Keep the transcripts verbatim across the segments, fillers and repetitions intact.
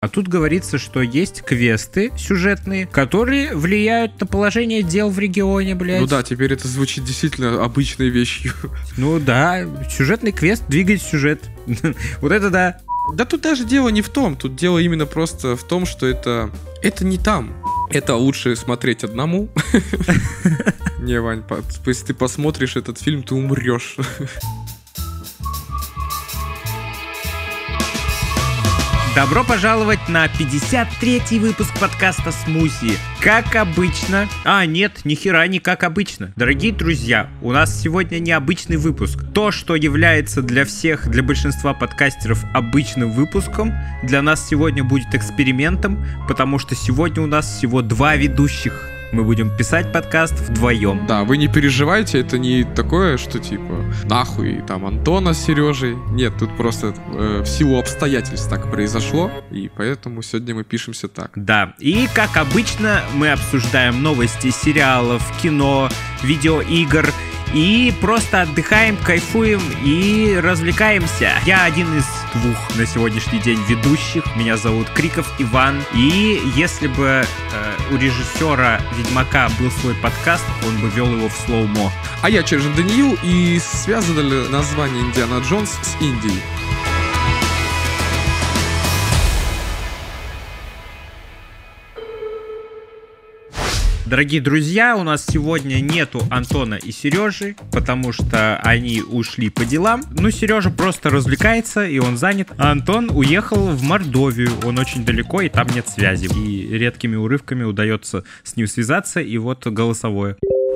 А тут говорится, что есть квесты сюжетные, которые влияют на положение дел в регионе, блядь. Ну да, теперь это звучит действительно обычной вещью. Ну да, сюжетный квест двигает сюжет. Вот это да. Да тут даже дело не в том, тут дело именно просто в том, что это... Это не там. Это лучше смотреть одному. Не, Вань, если ты посмотришь этот фильм, ты умрешь. Добро пожаловать на пятьдесят третий выпуск подкаста «Смузи». Как обычно... А, нет, нихера не как обычно. Дорогие друзья, у нас сегодня необычный выпуск. То, что является для всех, для большинства подкастеров обычным выпуском, для нас сегодня будет экспериментом, потому что сегодня у нас всего два ведущих. Мы будем писать подкаст вдвоем. Да, вы не переживайте, это не такое, что типа нахуй там Антона с Сережей. Нет, тут просто э, в силу обстоятельств так произошло, и поэтому сегодня мы пишемся так. Да, и как обычно мы обсуждаем новости сериалов, кино, видеоигр. И просто отдыхаем, кайфуем и развлекаемся. Я один из двух на сегодняшний день ведущих. Меня зовут Криков Иван. И если бы э, у режиссера Ведьмака был свой подкаст, он бы вел его в слоумо. А я Чержин Даниил, и связано ли название Индиана Джонс с Индией? Дорогие друзья, у нас сегодня нету Антона и Сережи, потому что они ушли по делам. Ну, Сережа просто развлекается, и он занят. А Антон уехал в Мордовию, он очень далеко, и там нет связи. И редкими урывками удается с ним связаться, и вот голосовое.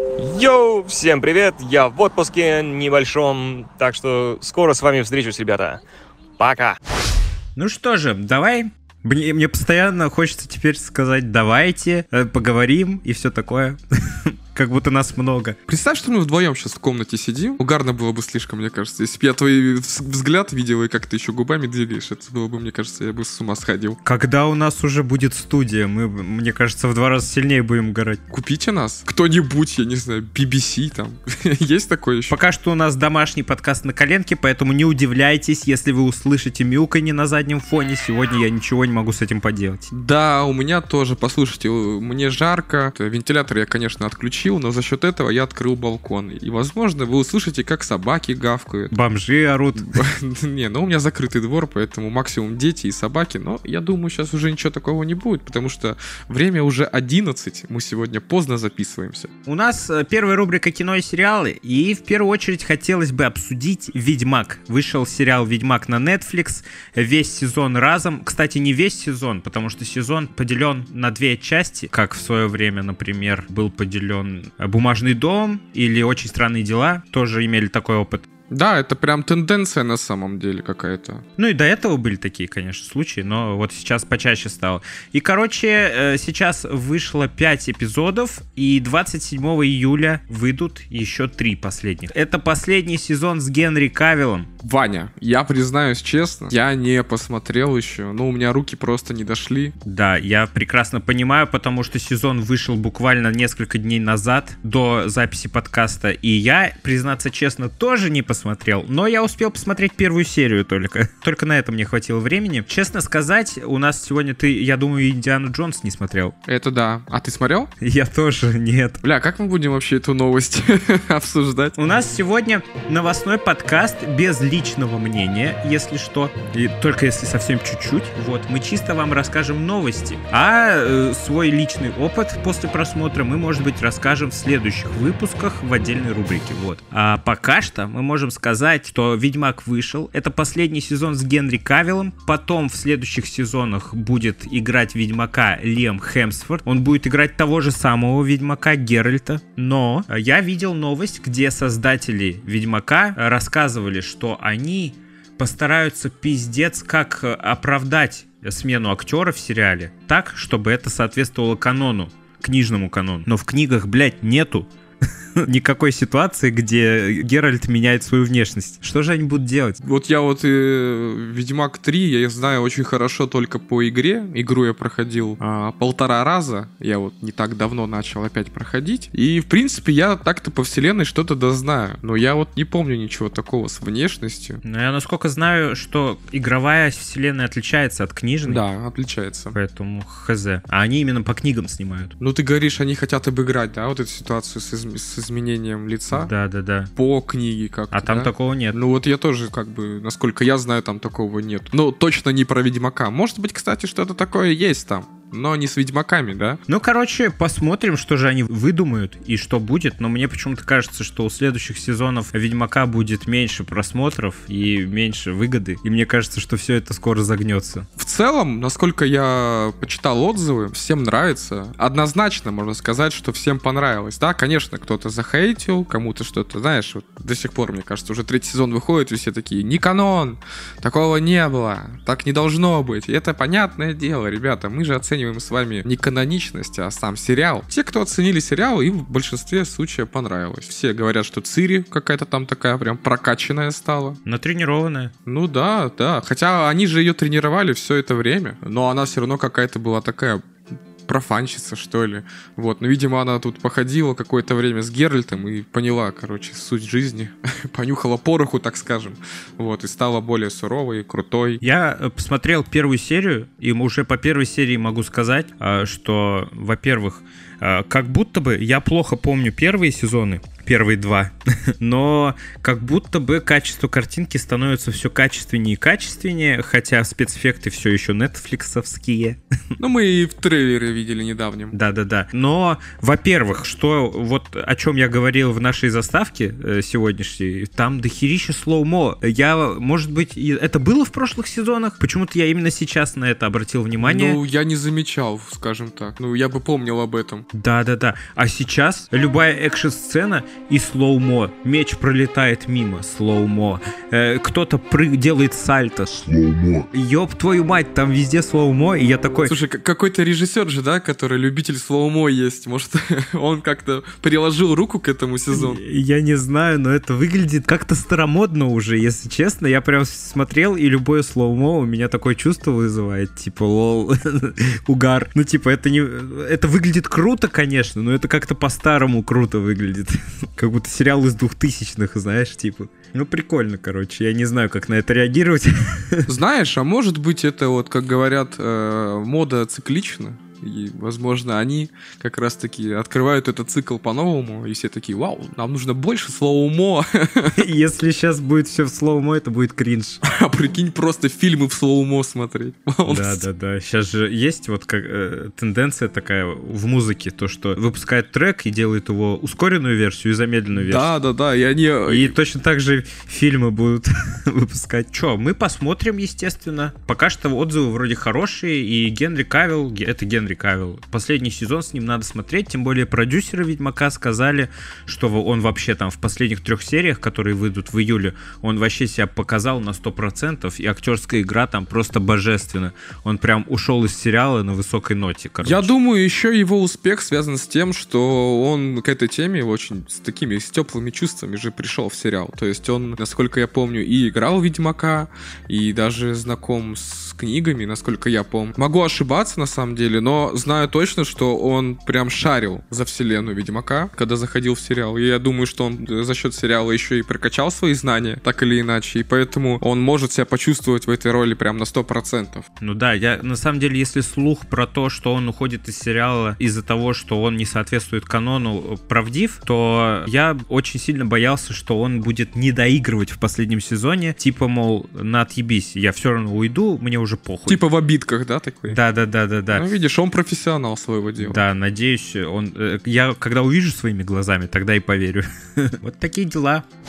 Йоу, всем привет, я в отпуске небольшом, так что скоро с вами встречусь, ребята. Пока. Ну что же, давай... Мне, мне постоянно хочется теперь сказать «давайте, поговорим» и все такое. Как будто нас много. Представь, что мы вдвоем сейчас в комнате сидим. Угарно было бы слишком, мне кажется. Если бы я твой взгляд видел, и как ты еще губами двигаешь, это было бы, мне кажется, я бы с ума сходил. Когда у нас уже будет студия, мы, мне кажется, в два раза сильнее будем горать. Купите нас. Кто-нибудь, я не знаю, би би си там. Есть такое еще? Пока что у нас домашний подкаст на коленке, поэтому не удивляйтесь, если вы услышите мяуканье на заднем фоне. Сегодня я ничего не могу с этим поделать. Да, у меня тоже. Послушайте, мне жарко. Вентилятор я, конечно, отключил, но за счет этого я открыл балкон. И, возможно, вы услышите, как собаки гавкают. Бомжи орут. Не, ну у меня закрытый двор, поэтому максимум дети и собаки. Но я думаю, сейчас уже ничего такого не будет, потому что время уже одиннадцать. Мы сегодня поздно записываемся. У нас первая рубрика «Кино и сериалы». И в первую очередь хотелось бы обсудить «Ведьмак». Вышел сериал «Ведьмак» на Netflix. Весь сезон разом. Кстати, не весь сезон, потому что сезон поделен на две части. Как в свое время, например, был поделен «Бумажный дом» или «Очень странные дела», тоже имели такой опыт. Да, это прям тенденция на самом деле какая-то. Ну и до этого были такие, конечно, случаи, но вот сейчас почаще стало. И, короче, сейчас вышло пять эпизодов, и двадцать седьмого июля выйдут еще три последних. Это последний сезон с Генри Кавиллом. Ваня, я признаюсь честно, я не посмотрел еще, но у меня руки просто не дошли. Да, я прекрасно понимаю, потому что сезон вышел буквально несколько дней назад, до записи подкаста, и я, признаться честно, тоже не посмотрел. Посмотрел, но я успел посмотреть первую серию только. Только на это мне хватило времени. Честно сказать, у нас сегодня ты, я думаю, Индиану Джонс не смотрел. Это да. А ты смотрел? Я тоже нет. Бля, как мы будем вообще эту новость обсуждать? У нас сегодня новостной подкаст без личного мнения, если что. И только если совсем чуть-чуть. Вот, мы чисто вам расскажем новости. А э, свой личный опыт после просмотра мы, может быть, расскажем в следующих выпусках в отдельной рубрике. Вот. А пока что мы можем сказать, что «Ведьмак» вышел. Это последний сезон с Генри Кавиллом. Потом в следующих сезонах будет играть Ведьмака Лиам Хемсворт. Он будет играть того же самого Ведьмака Геральта. Но я видел новость, где создатели Ведьмака рассказывали, что они постараются пиздец как оправдать смену актера в сериале так, чтобы это соответствовало канону, книжному канону. Но в книгах, блядь, нету никакой ситуации, где Геральт меняет свою внешность. Что же они будут делать? Вот я вот э, Ведьмак три, я знаю очень хорошо только по игре. Игру я проходил а, полтора раза. Я вот не так давно начал опять проходить. И, в принципе, я так-то по вселенной что-то дознаю. Но я вот не помню ничего такого с внешностью. Ну, я насколько знаю, что игровая вселенная отличается от книжной. Да, отличается. Поэтому хз. А они именно по книгам снимают. Ну, ты говоришь, они хотят обыграть, да, вот эту ситуацию с, изм- с изменением лица. Да, да, да. По книге как-то, А там да? такого нет. Ну, вот я тоже, как бы, насколько я знаю, там такого нет. Ну, точно не про Ведьмака. Может быть, кстати, что-то такое есть там. Но не с Ведьмаками, да? Ну, короче, посмотрим, что же они выдумают и что будет. Но мне почему-то кажется, что у следующих сезонов Ведьмака будет меньше просмотров и меньше выгоды. И мне кажется, что все это скоро загнется. В целом, насколько я почитал отзывы, всем нравится. Однозначно можно сказать, что всем понравилось. Да, конечно, кто-то захейтил, кому-то что-то, знаешь, вот до сих пор, мне кажется, уже третий сезон выходит, и все такие: не канон, такого не было, так не должно быть. И это понятное дело, ребята, мы же оцениваем с вами не каноничность, а сам сериал. Те, кто оценили сериал, им в большинстве случаев понравилось. Все говорят, что Цири какая-то там такая прям прокачанная стала. Натренированная. Ну да, да. Хотя они же ее тренировали все это время, но она все равно какая-то была такая профанщица, что ли. Вот. Но, видимо, она тут походила какое-то время с Геральтом и поняла, короче, суть жизни. Понюхала пороху, так скажем. Вот. И стала более суровой, крутой. Я посмотрел первую серию, и уже по первой серии могу сказать, что, во-первых, как будто бы я плохо помню первые сезоны, первые два, но как будто бы качество картинки становится все качественнее и качественнее, хотя спецэффекты все еще нетфликсовские. Ну, мы и в трейлере видели недавнем. Да-да-да. Но, во-первых, что вот о чем я говорил в нашей заставке э, сегодняшней, там дохерища слоумо. Я, может быть, и это было в прошлых сезонах? Почему-то я именно сейчас на это обратил внимание. Ну, я не замечал, скажем так. Ну, я бы помнил об этом. Да-да-да. А сейчас любая экшн-сцена и слоумо. Меч пролетает мимо. Слоумо. Э, кто-то прыг... делает сальто. Слоумо. Ёб твою мать, там везде слоумо. И я такой... Слушай, какой-то режиссер же, да, который любитель слоумо есть. Может, он как-то приложил руку к этому сезону? Я не знаю, но это выглядит как-то старомодно уже, если честно. Я прям смотрел, и любое слоумо у меня такое чувство вызывает. Типа, лол, угар. Ну, типа, это не... Это выглядит круто, конечно, но это как-то по-старому круто выглядит. Как будто сериал из двухтысячных, знаешь, типа. Ну, прикольно, короче. Я не знаю, как на это реагировать. Знаешь, а может быть, это вот, как говорят, э, мода циклична? И, возможно, они как раз-таки открывают этот цикл по-новому, и все такие: вау, нам нужно больше слоумо. Если сейчас будет все в слоумо, это будет кринж. А прикинь, просто фильмы в слоумо смотреть. Да-да-да. Сейчас же есть вот как, э, тенденция такая в музыке, то, что выпускает трек и делает его ускоренную версию и замедленную версию. Да-да-да, и они... И точно так же фильмы будут выпускать. Че, мы посмотрим, естественно. Пока что отзывы вроде хорошие, и Генри Кавилл, это Генри Кавилл, последний сезон с ним надо смотреть, тем более продюсеры Ведьмака сказали, что он вообще там в последних трех сериях, которые выйдут в июле, он вообще себя показал на сто процентов, и актерская игра там просто божественна. Он прям ушел из сериала на высокой ноте, короче. Я думаю, еще его успех связан с тем, что он к этой теме очень с такими, с теплыми чувствами же пришел в сериал. То есть он, насколько я помню, и играл в Ведьмака, и даже знаком с книгами, насколько я помню. Могу ошибаться, на самом деле, но знаю точно, что он прям шарил за вселенную Ведьмака, когда заходил в сериал. И я думаю, что он за счет сериала еще и прокачал свои знания, так или иначе. И поэтому он может себя почувствовать в этой роли прям на сто процентов. Ну да, я на самом деле, если слух про то, что он уходит из сериала из-за того, что он не соответствует канону, правдив, то я очень сильно боялся, что он будет не доигрывать в последнем сезоне. Типа, мол, на отъебись, я все равно уйду, мне уже похуй. Типа в обидках, да, такой? Да-да-да-да-да. Ну, видишь, он профессионал своего дела. Да, надеюсь, он... Я когда увижу своими глазами, тогда и поверю. Вот такие дела.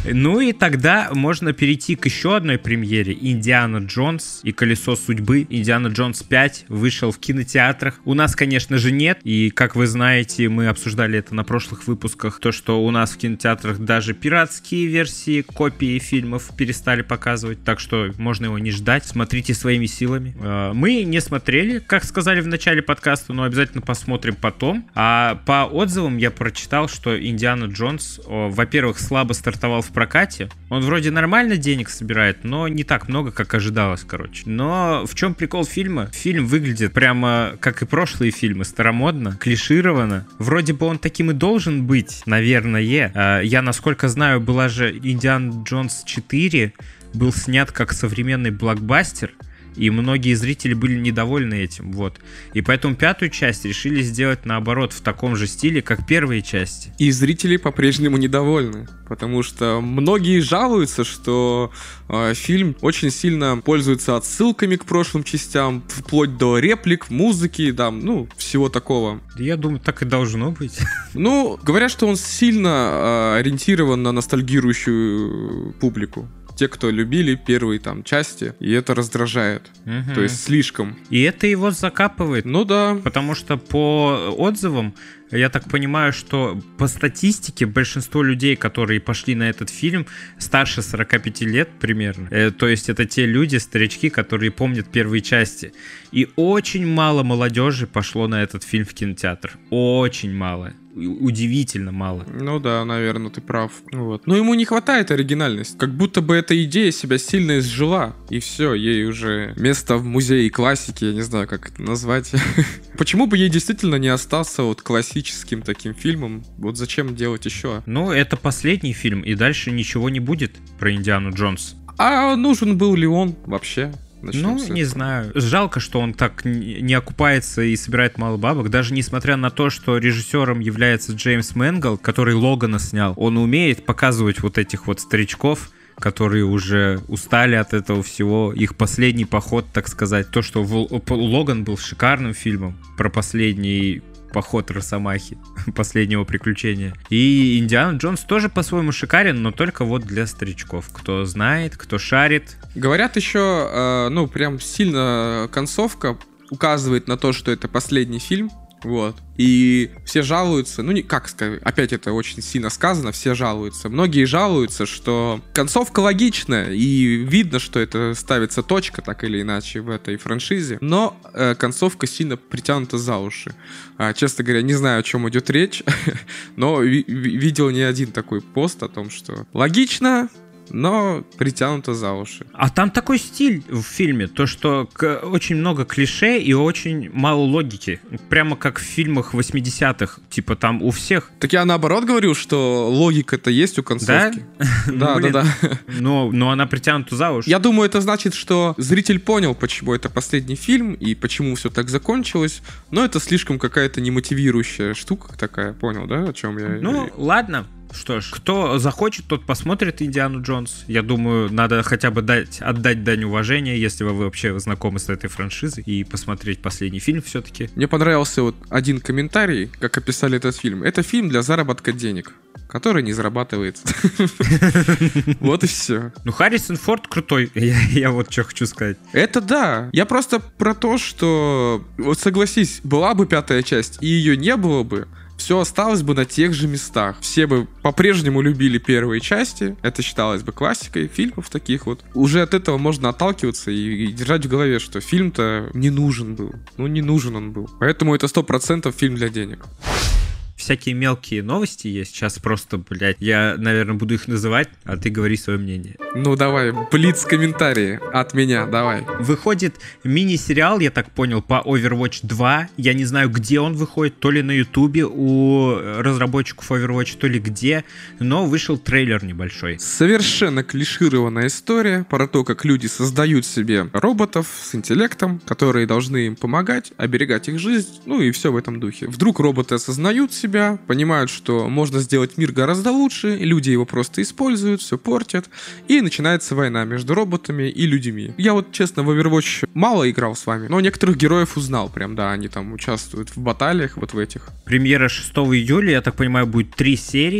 Ну и тогда можно перейти к еще одной премьере. «Индиана Джонс и колесо судьбы». «Индиана Джонс пять» вышел в кинотеатрах. У нас, конечно же, нет. И, как вы знаете, мы обсуждали это на прошлых выпусках, то, что у нас в кинотеатрах даже пиратские версии, копии фильмов перестали показывать. Так что можно его не ждать. Смотрите своими силами. Мы не смотрели, как сказали в начале подкаста, но обязательно посмотрим потом. А по отзывам я прочитал, что «Индиана Джонс», во-первых, слабо стартовал в прокате. Он вроде нормально денег собирает, но не так много, как ожидалось, короче. Но в чем прикол фильма? Фильм выглядит прямо, как и прошлые фильмы, старомодно, клишированно. Вроде бы он таким и должен быть, наверное. Я, насколько знаю, была же «Индиана Джонс четыре», был снят как современный блокбастер, и многие зрители были недовольны этим, вот. И поэтому пятую часть решили сделать, наоборот, в таком же стиле, как первые части. И зрители по-прежнему недовольны, потому что многие жалуются, что э, фильм очень сильно пользуется отсылками к прошлым частям, вплоть до реплик, музыки, там, ну, всего такого. Я думаю, так и должно быть. Ну, говорят, что он сильно э, ориентирован на ностальгирующую публику. Те, кто любили первые там части, и это раздражает. Угу. То есть слишком. И это его закапывает. Ну да. Потому что по отзывам, я так понимаю, что по статистике большинство людей, которые пошли на этот фильм, старше сорока пяти лет примерно. Э, то есть это те люди, старички, которые помнят первые части. И очень мало молодежи пошло на этот фильм в кинотеатр. Очень мало. Удивительно мало. Ну да, наверное, ты прав. Вот. Но ему не хватает оригинальности. Как будто бы эта идея себя сильно изжила. И все, ей уже место в музее классики, я не знаю, как это назвать. Почему бы ей действительно не остаться вот классическим таким фильмом? Вот зачем делать еще? Ну, это последний фильм, и дальше ничего не будет про Индиану Джонс. А нужен был ли он вообще? Начнем ну, не знаю. Жалко, что он так не окупается и собирает мало бабок. Даже несмотря на то, что режиссером является Джеймс Мэнгл, который Логана снял. Он умеет показывать вот этих вот старичков, которые уже устали от этого всего. Их последний поход, так сказать. То, что Логан был шикарным фильмом про последний поход Росомахи, последнего приключения. И Индиана Джонс тоже по-своему шикарен, но только вот для старичков. Кто знает, кто шарит. Говорят еще, э, ну, прям сильно концовка указывает на то, что это последний фильм. Вот. И все жалуются, ну, не, как сказать, опять это очень сильно сказано, все жалуются. Многие жалуются, что концовка логичная, и видно, что это ставится точка, так или иначе, в этой франшизе, но э, концовка сильно притянута за уши. А, честно говоря, не знаю, о чем идет речь, но ви- видел не один такой пост о том, что логично, но притянуто за уши. А там такой стиль в фильме, то что к- очень много клише и очень мало логики. Прямо как в фильмах восьмидесятых. Типа там у всех... Так я наоборот говорю, что логика-то есть у концовки. Да, да, да. Но, но она притянута за уши. Я думаю, это значит, что зритель понял, почему это последний фильм и почему все так закончилось. Но это слишком какая-то немотивирующая штука такая. Понял, да, о чем я? Ну, ладно. Что ж, кто захочет, тот посмотрит «Индиану Джонс». Я думаю, надо хотя бы дать, отдать дань уважения, если вы вообще знакомы с этой франшизой, и посмотреть последний фильм все-таки. Мне понравился вот один комментарий, как описали этот фильм. Это фильм для заработка денег, который не зарабатывается. Вот и все. Ну, Харрисон Форд крутой, я вот что хочу сказать. Это да. Я просто про то, что... Вот согласись, была бы пятая часть, и ее не было бы, все осталось бы на тех же местах. Все бы по-прежнему любили первые части. Это считалось бы классикой фильмов таких вот. Уже от этого можно отталкиваться и, и держать в голове, что фильм-то не нужен был. Ну, не нужен он был. Поэтому это сто процентов фильм для денег. Всякие мелкие новости есть. Сейчас просто, блядь, я, наверное, буду их называть, а ты говори свое мнение. Ну, давай, блиц-комментарии от меня, давай. Выходит мини-сериал, я так понял, по Overwatch два. Я не знаю, где он выходит, то ли на Ютубе у разработчиков Overwatch, то ли где, но вышел трейлер небольшой. Совершенно клишированная история про то, как люди создают себе роботов с интеллектом, которые должны им помогать, оберегать их жизнь, ну и все в этом духе. Вдруг роботы осознают себя, понимают, что можно сделать мир гораздо лучше, люди его просто используют, все портят, и начинается война между роботами и людьми. Я вот, честно, в Overwatch мало играл с вами, но некоторых героев узнал, прям, да, они там участвуют в баталиях, вот в этих. Премьера шестого июля, я так понимаю, будет три серии.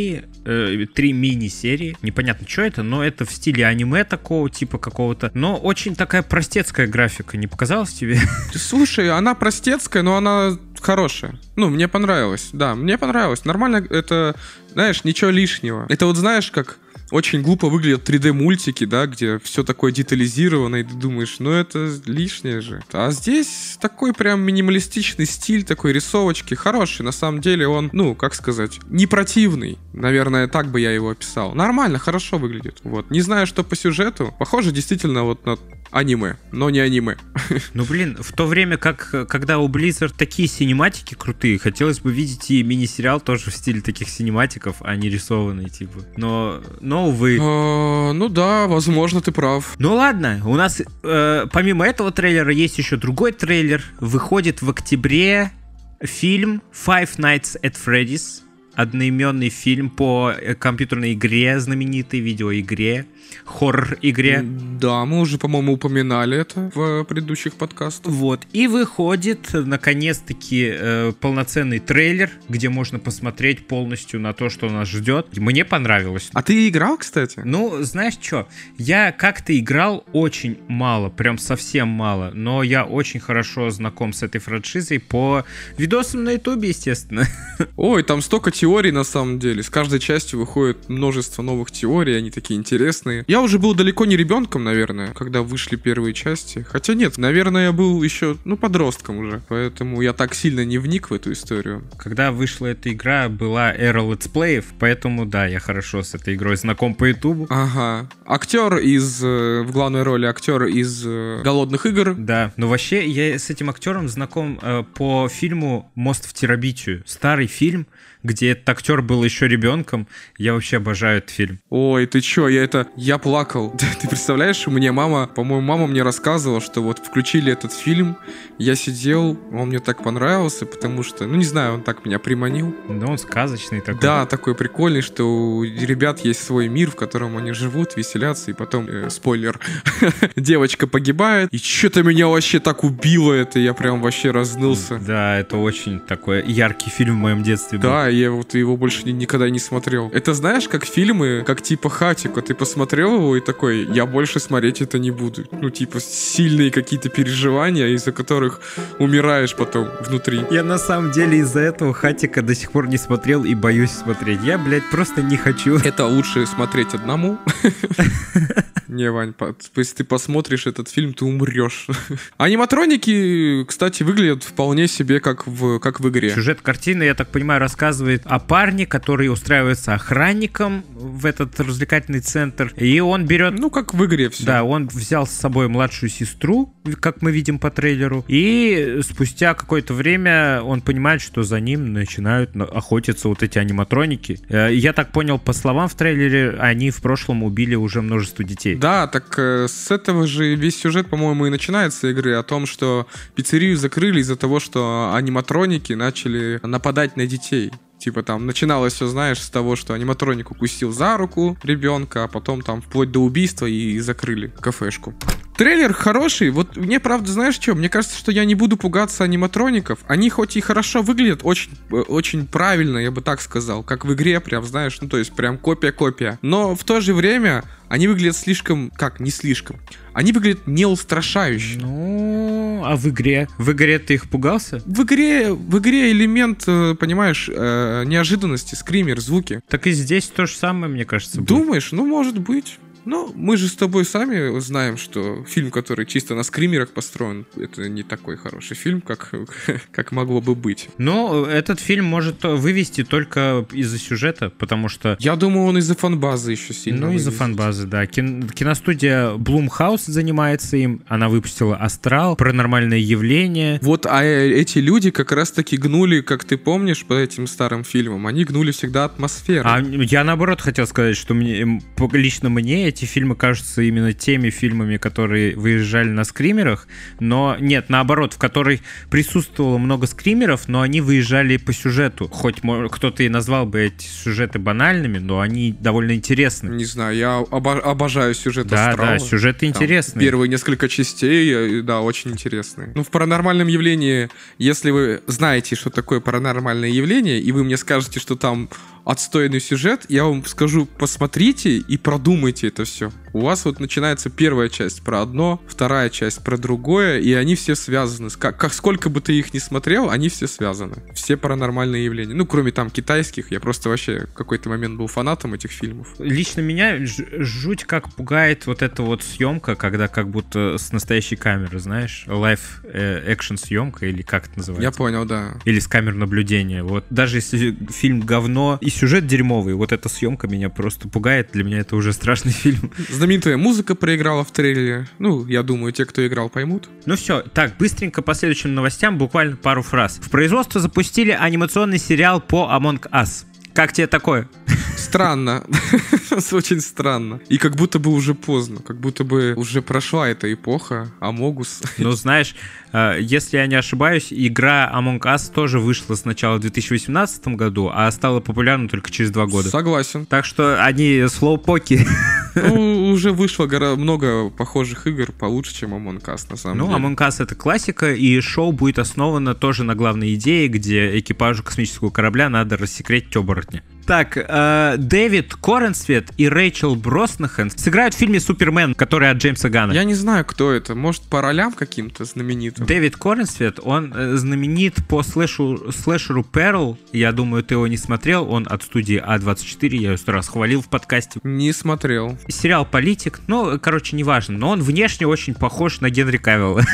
э, три мини-серии. Непонятно, что это, но это в стиле аниме такого типа какого-то. Но очень такая простецкая графика. Не показалось тебе? Слушай, она простецкая, но она хорошая. Ну, мне понравилось. Да, мне понравилось. Нормально, это, знаешь, ничего лишнего. Это вот знаешь, как очень глупо выглядят три дэ-мультики, да, где все такое детализировано, и ты думаешь, ну это лишнее же. А здесь такой прям минималистичный стиль, такой рисовочки, хороший. На самом деле он, ну, как сказать, не противный. Наверное, так бы я его описал. Нормально, хорошо выглядит. Вот. Не знаю, что по сюжету. Похоже действительно вот на аниме, но не аниме. Ну, блин, в то время как, когда у Blizzard такие синематики крутые, хотелось бы видеть и мини-сериал тоже в стиле таких синематиков, а не рисованный, типа. Но, но увы. А, ну да, возможно, ты прав. Ну ладно, у нас э, помимо этого трейлера есть еще другой трейлер. Выходит в октябре фильм Five Nights at Freddy's. Одноименный фильм по компьютерной игре, знаменитой видеоигре, хоррор-игре. Да, мы уже, по-моему, упоминали это в предыдущих подкастах. Вот. И выходит, наконец-таки, э, полноценный трейлер, где можно посмотреть полностью на то, что нас ждет. Мне понравилось. А ты играл, кстати? Ну, знаешь что? Я как-то играл очень мало, прям совсем мало, но я очень хорошо знаком с этой франшизой по видосам на ютубе, естественно. Ой, там столько теорий на самом деле. С каждой частью выходит множество новых теорий, они такие интересные. Я уже был далеко не ребенком, наверное, когда вышли первые части. Хотя нет, наверное, я был еще, ну, подростком уже. Поэтому я так сильно не вник в эту историю. Когда вышла эта игра, была эра летсплеев, поэтому да, я хорошо с этой игрой знаком по ютубу. Ага. Актер из, в главной роли актер из «Голодных игр». Да, но вообще я с этим актером знаком э, по фильму «Мост в Терабитию». Старый фильм, где этот актер был еще ребенком. Я вообще обожаю этот фильм. Ой, ты чё, я это... Я плакал. Ты представляешь, мне мама... По-моему, мама мне рассказывала, что вот включили этот фильм, я сидел, он мне так понравился, потому что, ну не знаю, он так меня приманил. Да, он сказочный такой. Да, такой прикольный, что у ребят есть свой мир, в котором они живут, веселятся, и потом, э, спойлер, девочка погибает, и что-то меня вообще так убило это, я прям вообще разнылся. Да, это очень такой яркий фильм в моем детстве был. Да, я вот его больше никогда не смотрел. Это знаешь, как фильмы, как типа Хатико, ты посмотрел его и такой, я больше смотреть это не буду. Ну, типа, сильные какие-то переживания, из-за которых умираешь потом внутри. Я на самом деле из-за этого Хатика до сих пор не смотрел и боюсь смотреть. Я, блядь, просто не хочу. Это лучше смотреть одному. Не, Вань, если ты посмотришь этот фильм, ты умрешь. Аниматроники, кстати, выглядят вполне себе как в, как в игре. Сюжет картины, я так понимаю, рассказывает о парне, который устраивается охранником в этот развлекательный центр, и он берет... Ну, как в игре все. Да, он взял с собой младшую сестру, как мы видим по трейлеру, и спустя какое-то время он понимает, что за ним начинают охотиться вот эти аниматроники. Я так понял, по словам в трейлере, они в прошлом убили уже множество детей. Да, так э, с этого же весь сюжет, по-моему, и начинается игры, о том, что пиццерию закрыли из-за того, что аниматроники начали нападать на детей. Типа там начиналось все, знаешь, с того, что аниматроник укусил за руку ребенка, а потом там вплоть до убийства и закрыли кафешку. Трейлер хороший, вот мне правда, знаешь что, мне кажется, что я не буду пугаться аниматроников. Они хоть и хорошо выглядят, очень, очень правильно, я бы так сказал, как в игре, прям, знаешь, ну то есть прям копия-копия. Но в то же время они выглядят слишком, как, не слишком, они выглядят не устрашающе. Ну, а в игре? В игре ты их пугался? В игре, в игре элемент, понимаешь, э, неожиданности, скример, звуки. Так и здесь то же самое, мне кажется, будет. Думаешь? Ну, может быть. Ну, мы же с тобой сами знаем, что фильм, который чисто на скримерах построен, это не такой хороший фильм, как, как могло бы быть. Но этот фильм может вывести только из-за сюжета, потому что... Я думаю, он из-за фан-базы еще сильно Ну, из-за вывезет. фан-базы, да. Кин- киностудия Blumhouse занимается им. Она выпустила «Астрал», «Паранормальное явление». Вот, а эти люди как раз-таки гнули, как ты помнишь, по этим старым фильмам, они гнули всегда атмосферу. А я, наоборот, хотел сказать, что мне, лично мне эти фильмы кажутся именно теми фильмами, которые выезжали на скримерах, но нет, наоборот, в которой присутствовало много скримеров, но они выезжали по сюжету. Хоть кто-то и назвал бы эти сюжеты банальными, но они довольно интересны. Не знаю, я обо- обожаю сюжет Да, «Астрала». да, сюжеты Там интересные. Первые несколько частей, да, очень интересные. Ну, в «Паранормальном явлении», если вы знаете, что такое паранормальное явление, и вы мне скажете, что там отстойный сюжет, я вам скажу, посмотрите и продумайте это все. У вас вот начинается первая часть про одно, вторая часть про другое, и они все связаны. Как, как сколько бы ты их ни смотрел, они все связаны. Все паранормальные явления. Ну, кроме там китайских, я просто вообще в какой-то момент был фанатом этих фильмов. Лично меня ж- жуть как пугает вот эта вот съемка, когда как будто с настоящей камеры, знаешь, лайв экшн съемка, или как это называется? Я понял, да. Или с камер наблюдения. Вот даже если фильм говно и сюжет дерьмовый, вот эта съемка меня просто пугает. Для меня это уже страшный фильм. Знаменитая музыка проиграла в трейлере. Ну, я думаю, те, кто играл, поймут. Ну все, так, быстренько по следующим новостям, буквально пару фраз. В производство запустили анимационный сериал по Among Us. Как тебе такое? Странно. Очень странно. И как будто бы уже поздно. Как будто бы уже прошла эта эпоха. Амогус. Ну, знаешь, если я не ошибаюсь, игра Among Us тоже вышла сначала в две тысячи восемнадцатом году, а стала популярна только через два года. Согласен. Так что они слоупоки. Ну, уже вышло гора- много похожих игр получше, чем Among Us, на самом ну, деле. Ну, Among Us — это классика, и шоу будет основано тоже на главной идее, где экипажу космического корабля надо рассекретить оборотня. Так, э, Дэвид Коренсвет и Рэйчел Броснахан сыграют в фильме «Супермен», который от Джеймса Ганна. Я не знаю, кто это. Может, по ролям каким-то знаменитым? Дэвид Коренсвет, он э, знаменит по слэшу, слэшеру Перл. Я думаю, ты его не смотрел. Он от студии А двадцать четыре. Я его сто раз хвалил в подкасте. Не смотрел. Сериал «Политик». Ну, короче, неважно. Но он внешне очень похож на Генри Кавилла.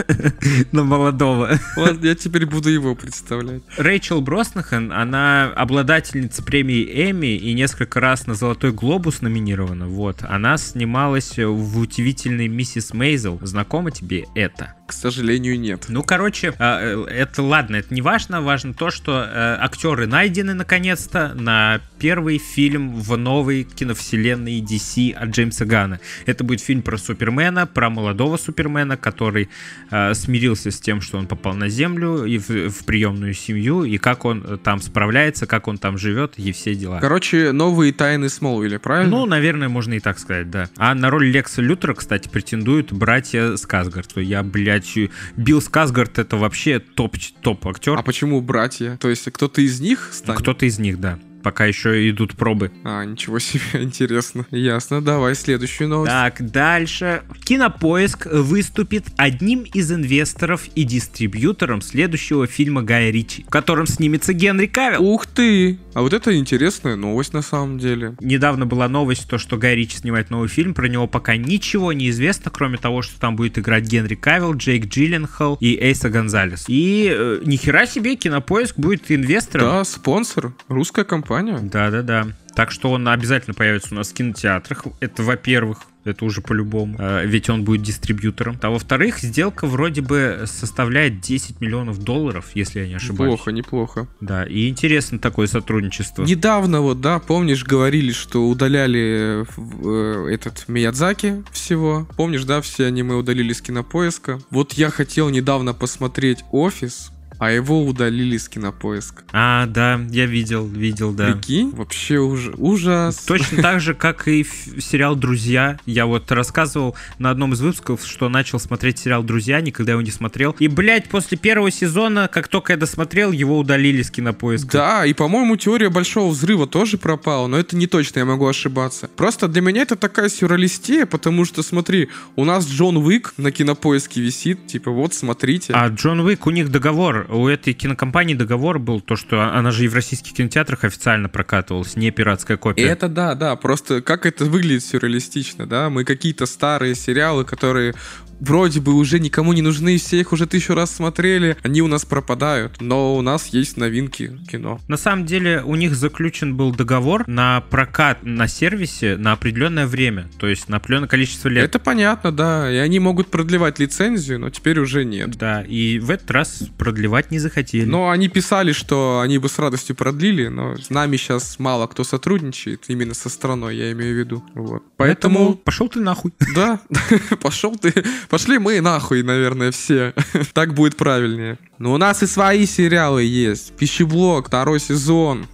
На молодого. Ладно, я теперь буду его представлять. Рэйчел Броснахан, она обладательница премии Эмми и несколько раз на «Золотой глобус» номинирована. Вот. Она снималась в «Удивительной миссис Мейзел». Знакомо тебе это? К сожалению, нет. Ну, короче, это ладно, это не важно. Важно то, что актеры найдены наконец-то на первый фильм в новой киновселенной ди си от Джеймса Ганна. Это будет фильм про Супермена, про молодого Супермена, который смирился с тем, что он попал на Землю и в, в приемную семью, и как он там справляется, как он там живет, и все дела. Короче, новые тайны Смолвиля, правильно? Ну, наверное, можно и так сказать, да. А на роль Лекса Лютера, кстати, претендуют братья Скарсгард. Я, блядь, Билл Скарсгард — это вообще топ, топ актер. А почему братья? То есть кто-то из них станет? Кто-то из них, да. Пока еще идут пробы. А, ничего себе, интересно. Ясно, давай следующую новость. Так, дальше. Кинопоиск выступит одним из инвесторов и дистрибьютором следующего фильма Гая Ричи, в котором снимется Генри Кавилл. Ух ты! А вот это интересная новость на самом деле. Недавно была новость, то, что Гай Ричи снимает новый фильм, про него пока ничего не известно, кроме того, что там будет играть Генри Кавилл, Джейк Джилленхол и Эйса Гонзалес. И э, нихера себе, Кинопоиск будет инвестором. Да, спонсор, русская компания. Да-да-да. Так что он обязательно появится у нас в кинотеатрах. Это, во-первых, это уже по-любому. Ведь он будет дистрибьютором. А во-вторых, сделка вроде бы составляет десять миллионов долларов, если я не ошибаюсь. Неплохо, неплохо. Да, и интересно такое сотрудничество. Недавно вот, да, помнишь, говорили, что удаляли э, этот Миядзаки всего. Помнишь, да, все аниме удалили с Кинопоиска. Вот я хотел недавно посмотреть «Офис», а его удалили с Кинопоиска. А, да, я видел, видел, да. Прикинь, вообще уж, ужас. Точно так же, как и сериал «Друзья». Я вот рассказывал на одном из выпусков, что начал смотреть сериал «Друзья», никогда его не смотрел. И, блядь, после первого сезона, как только я досмотрел, его удалили с Кинопоиска. Да, и, по-моему, «Теория большого взрыва» тоже пропала, но это не точно, я могу ошибаться. Просто для меня это такая сюрреалистия, потому что, смотри, у нас Джон Уик на Кинопоиске висит, типа, вот, смотрите. А Джон Уик, у них договор. У этой кинокомпании договор был, то, что она же и в российских кинотеатрах официально прокатывалась, не пиратская копия. Это да, да, просто как это выглядит сюрреалистично, да? Мы какие-то старые сериалы, которые вроде бы уже никому не нужны, все их уже тысячу раз смотрели, они у нас пропадают, но у нас есть новинки кино. На самом деле у них заключен был договор на прокат на сервисе на определенное время, то есть на определенное количество лет. Это понятно, да, и они могут продлевать лицензию, но теперь уже нет. Да, и в этот раз продлевать не захотели. Но они писали, что они бы с радостью продлили, но с нами сейчас мало кто сотрудничает, именно со страной, я имею в виду. Вот. Поэтому, Поэтому... пошел ты нахуй. Да, пошел ты... Пошли мы нахуй, наверное, все. Так будет правильнее. Но у нас и свои сериалы есть. «Пищеблок», второй сезон.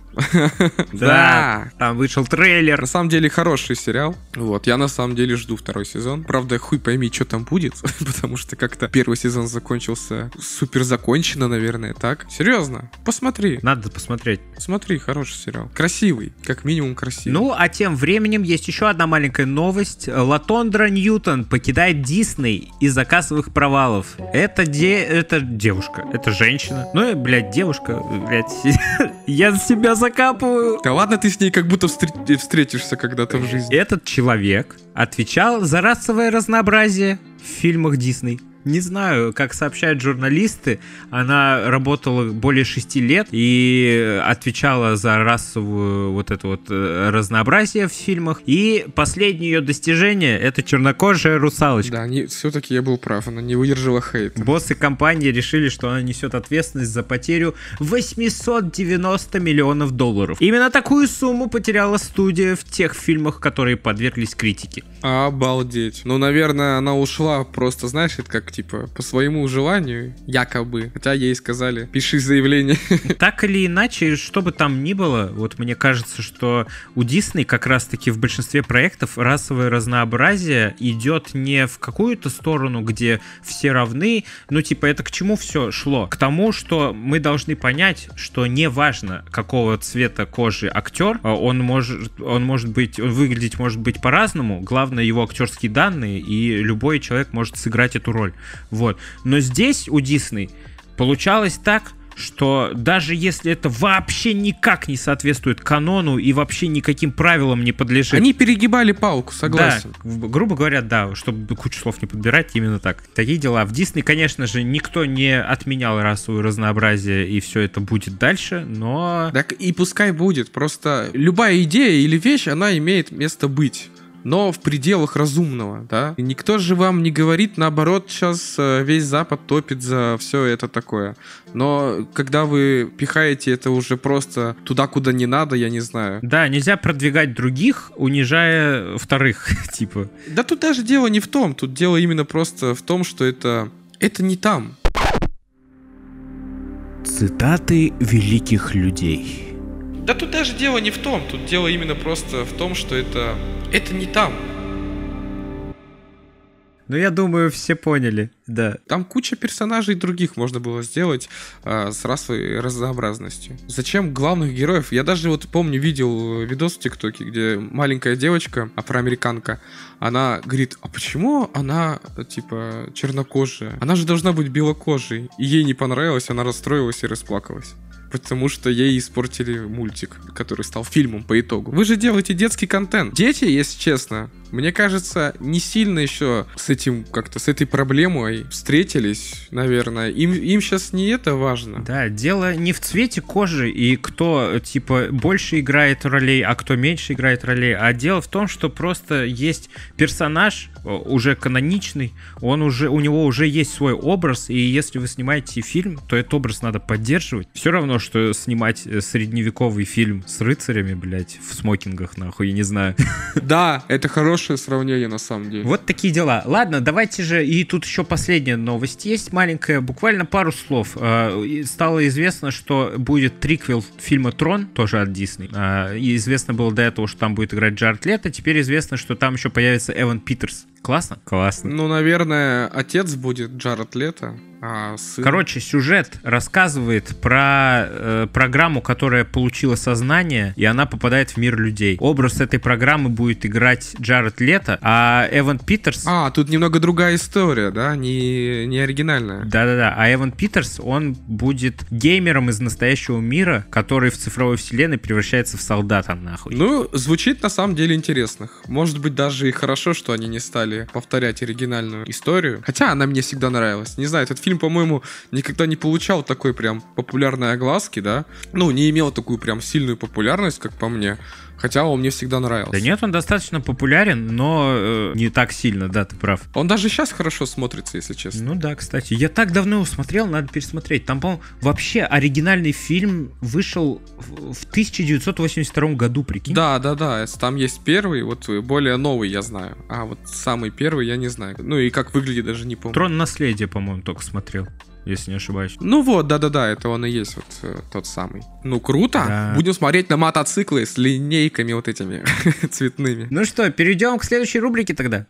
Да, там вышел трейлер. На самом деле хороший сериал. Вот, я на самом деле жду второй сезон. Правда, хуй пойми, что там будет, потому что как-то первый сезон закончился супер закончено, наверное, так? Серьезно, посмотри. Надо посмотреть. Смотри, хороший сериал. Красивый, как минимум красивый. Ну, а тем временем есть еще одна маленькая новость. Латондра Ньютон покидает Дисней из-за кассовых провалов. Это, де... это девушка, это женщина. Ну и, блядь, девушка, блядь, я себя закапываю. Да ладно, ты с ней как будто встр- встретишься когда-то в жизни. Этот человек отвечал за расовое разнообразие в фильмах Дисней. Не знаю, как сообщают журналисты, она работала более шести лет и отвечала за расовую вот это вот разнообразие в фильмах. И последнее ее достижение — это чернокожая русалочка. Да, не, все-таки я был прав, она не выдержала хейта. Боссы компании решили, что она несет ответственность за потерю восемьсот девяносто миллионов долларов. Именно такую сумму потеряла студия в тех фильмах, которые подверглись критике. Обалдеть. Ну, наверное, она ушла просто, знаешь, это как типа по своему желанию, якобы. Хотя ей сказали, пиши заявление. Так или иначе, что бы там ни было, вот мне кажется, что у Disney как раз-таки в большинстве проектов расовое разнообразие идет не в какую-то сторону, где все равны, ну типа это к чему все шло? К тому, что мы должны понять, что не важно, какого цвета кожи актер, он может, он может быть, он выглядеть может быть по-разному, главное его актерские данные, и любой человек может сыграть эту роль. Вот. Но здесь у Disney получалось так, что даже если это вообще никак не соответствует канону и вообще никаким правилам не подлежит... Они перегибали палку, согласен. Да, грубо говоря, да, чтобы кучу слов не подбирать, именно так. Такие дела. В Disney, конечно же, никто не отменял расовое разнообразие, и все это будет дальше, но... Так и пускай будет, просто любая идея или вещь, она имеет место быть. Но в пределах разумного, да? И никто же вам не говорит, наоборот, сейчас весь Запад топит за все это такое. Но когда вы пихаете это уже просто туда, куда не надо, я не знаю. Да, нельзя продвигать других, унижая вторых, типа. Да тут даже дело не в том, тут дело именно просто в том, что это... это не там. Цитаты великих людей. Да тут даже дело не в том, тут дело именно просто в том, что это... это не там. Ну, я думаю, все поняли, да. Там куча персонажей других можно было сделать а, с расовой разнообразностью. Зачем главных героев? Я даже вот помню, видел видос в ТикТоке, где маленькая девочка, афроамериканка, она говорит, а почему она, типа, чернокожая? Она же должна быть белокожей. И ей не понравилось, она расстроилась и расплакалась. Потому что ей испортили мультик, который стал фильмом по итогу. Вы же делаете детский контент. Дети, если честно, мне кажется, не сильно еще с этим как-то, с этой проблемой встретились, наверное. Им, им сейчас не это важно. Да, дело не в цвете кожи и кто, типа, больше играет ролей, а кто меньше играет ролей, а дело в том, что просто есть персонаж, уже каноничный, он уже, у него уже есть свой образ, и если вы снимаете фильм, то этот образ надо поддерживать. Все равно, что снимать средневековый фильм с рыцарями, блядь, в смокингах, нахуй, я не знаю. Да, это хорошее сравнение на самом деле. Вот такие дела. Ладно, давайте же, и тут еще последняя новость есть, маленькая, буквально пару слов. Стало известно, что будет триквел фильма «Трон», тоже от Disney. И известно было до этого, что там будет играть Джаред Лето, теперь известно, что там еще появится Эван Питерс. Классно? Классно. Ну, наверное, отец будет Джаред Лето, а сын... Короче, сюжет рассказывает про э, программу, которая получила сознание, и она попадает в мир людей. Образ этой программы будет играть Джаред Лето, а Эван Питерс... А, тут немного другая история, да? Не, не оригинальная. Да-да-да. А Эван Питерс, он будет геймером из настоящего мира, который в цифровой вселенной превращается в солдата, нахуй. Ну, звучит на самом деле интересно. Может быть, даже и хорошо, что они не стали повторять оригинальную историю. Хотя она мне всегда нравилась. Не знаю, этот фильм, по-моему, никогда не получал такой прям популярной огласки, да? Ну, не имел такую прям сильную популярность, как по мне. Хотя он мне всегда нравился. Да нет, он достаточно популярен, но э, не так сильно, да, ты прав. Он даже сейчас хорошо смотрится, если честно. Ну да, кстати. Я так давно его смотрел, надо пересмотреть. Там, по-моему, вообще оригинальный фильм вышел в тысяча девятьсот восемьдесят втором году, прикинь. Да, да, да. Там есть первый, вот более новый я знаю. А вот самый первый я не знаю. Ну и как выглядит, даже не помню. «Трон наследия», по-моему, только смотрел. если не ошибаюсь. Ну вот, да-да-да, это он и есть вот э, тот самый. Ну круто, Да. Будем смотреть на мотоциклы с линейками вот этими цветными. Ну что, перейдем к следующей рубрике тогда.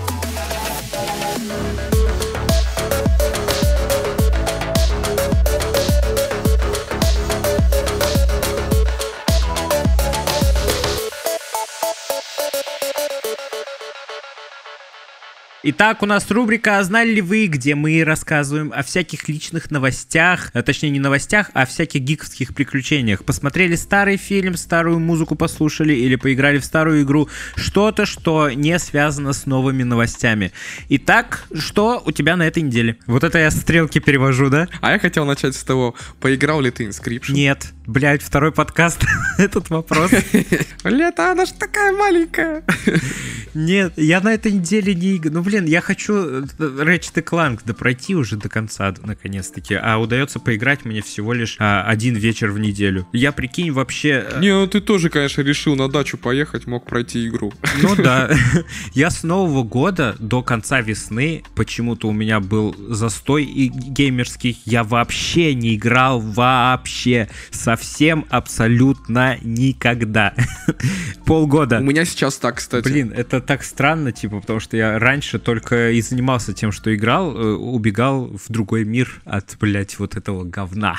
Итак, у нас рубрика «А знали ли вы?», где мы рассказываем о всяких личных новостях, а точнее не новостях, а всяких гиковских приключениях. Посмотрели старый фильм, старую музыку послушали или поиграли в старую игру, что-то, что не связано с новыми новостями. Итак, что у тебя на этой неделе? Вот это я стрелки перевожу, да? А я хотел начать с того, поиграл ли ты Inscription? Нет, блядь, второй подкаст, этот вопрос. Лето, она ж такая маленькая. Нет, я на этой неделе не играю. Ну, блин, я хочу Ratchet и Clank допройти уже до конца, наконец-таки. А удается поиграть мне всего лишь а, один вечер в неделю. Я, прикинь, вообще... Не, ну ты тоже, конечно, решил на дачу поехать, мог пройти игру. Ну да. Я с Нового года до конца весны, почему-то у меня был застой и геймерский. Я вообще не играл, вообще. Совсем, абсолютно никогда. Полгода. У меня сейчас так, кстати. Блин, это так странно, типа, потому что я раньше только и занимался тем, что играл, э, убегал в другой мир от, блядь, вот этого говна.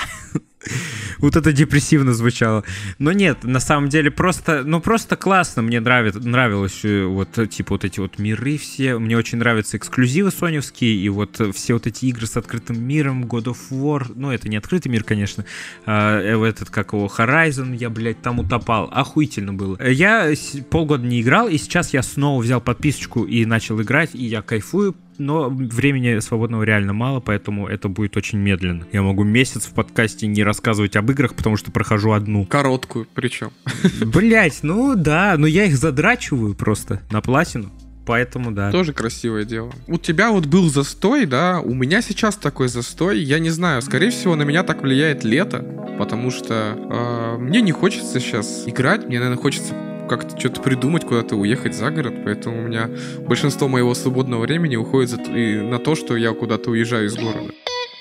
Вот это депрессивно звучало. Но нет, на самом деле просто, ну просто классно, мне нравится, нравилось вот типа вот эти вот миры все, мне очень нравятся эксклюзивы соневские и вот все вот эти игры с открытым миром, God of War, ну это не открытый мир, конечно, а, этот как его Horizon, я, блядь, там утопал, охуительно было. Я полгода не играл, и сейчас я снова взял подписочку и начал играть, и я кайфую. Но времени свободного реально мало, поэтому это будет очень медленно. Я могу месяц в подкасте не рассказывать об играх, потому что прохожу одну. Короткую причем. Блять, ну да, но я их задрачиваю просто на платину. Поэтому да. Тоже красивое дело. У тебя вот был застой, да? У меня сейчас такой застой. Я не знаю, скорее всего, на меня так влияет лето, потому что э, мне не хочется сейчас играть, мне, наверное, хочется как-то что-то придумать, куда-то уехать за город, поэтому у меня большинство моего свободного времени уходит за, и на то, что я куда-то уезжаю из города.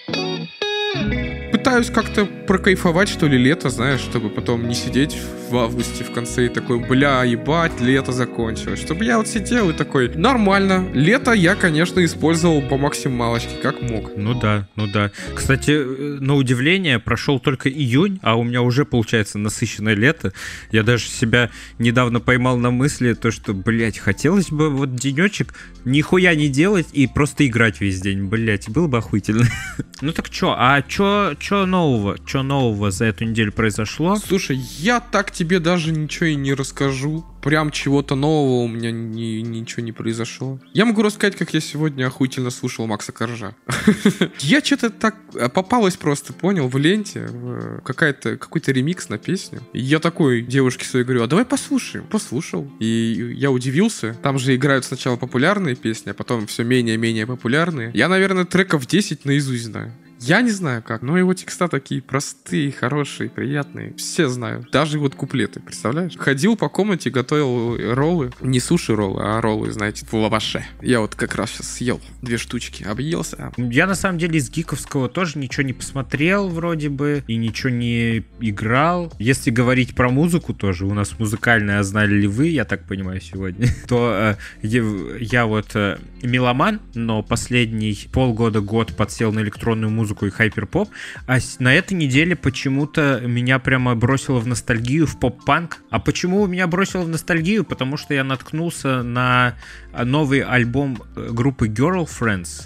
Пытаюсь как-то прокайфовать, что ли, лето, знаешь, чтобы потом не сидеть в августе в конце и такой, бля, ебать, лето закончилось. Чтобы я вот сидел и такой, нормально. Лето я, конечно, использовал по максималочке, как мог. Ну да, ну да. Кстати, на удивление, прошел только июнь, а у меня уже, получается, насыщенное лето. Я даже себя недавно поймал на мысли, то, что, блядь, хотелось бы вот денечек нихуя не делать и просто играть весь день, блядь, было бы охуительно. Ну так чё, а чё, чё нового, чё нового за эту неделю произошло? Слушай, я так тебе даже ничего и не расскажу. Прям чего-то нового у меня ни, ничего не произошло. Я могу рассказать, как я сегодня охуительно слушал Макса Коржа. Я что-то так попалась просто, понял, в ленте в какая-то, какой-то ремикс на песню. И я такой девушке своей говорю, а давай послушаем. Послушал. И я удивился. Там же играют сначала популярные песни, а потом все менее-менее популярные. Я, наверное, треков десять наизусть знаю. Я не знаю как, но его текста такие простые, хорошие, приятные. Все знают. Даже вот куплеты, представляешь? Ходил по комнате, готовил роллы. Не суши-роллы, а роллы, знаете, в лаваше. Я вот как раз сейчас съел две штучки, объелся. Я на самом деле из гиковского тоже ничего не посмотрел вроде бы и ничего не играл. Если говорить про музыку тоже, у нас музыкальная «А знали ли вы?», я так понимаю, сегодня, то э, я, я вот э, меломан, но последний полгода-год подсел на электронную музыку и хайперпоп, а на этой неделе почему-то меня прямо бросило в ностальгию, в поп-панк. А почему меня бросило в ностальгию? Потому что я наткнулся на новый альбом группы Girlfriends.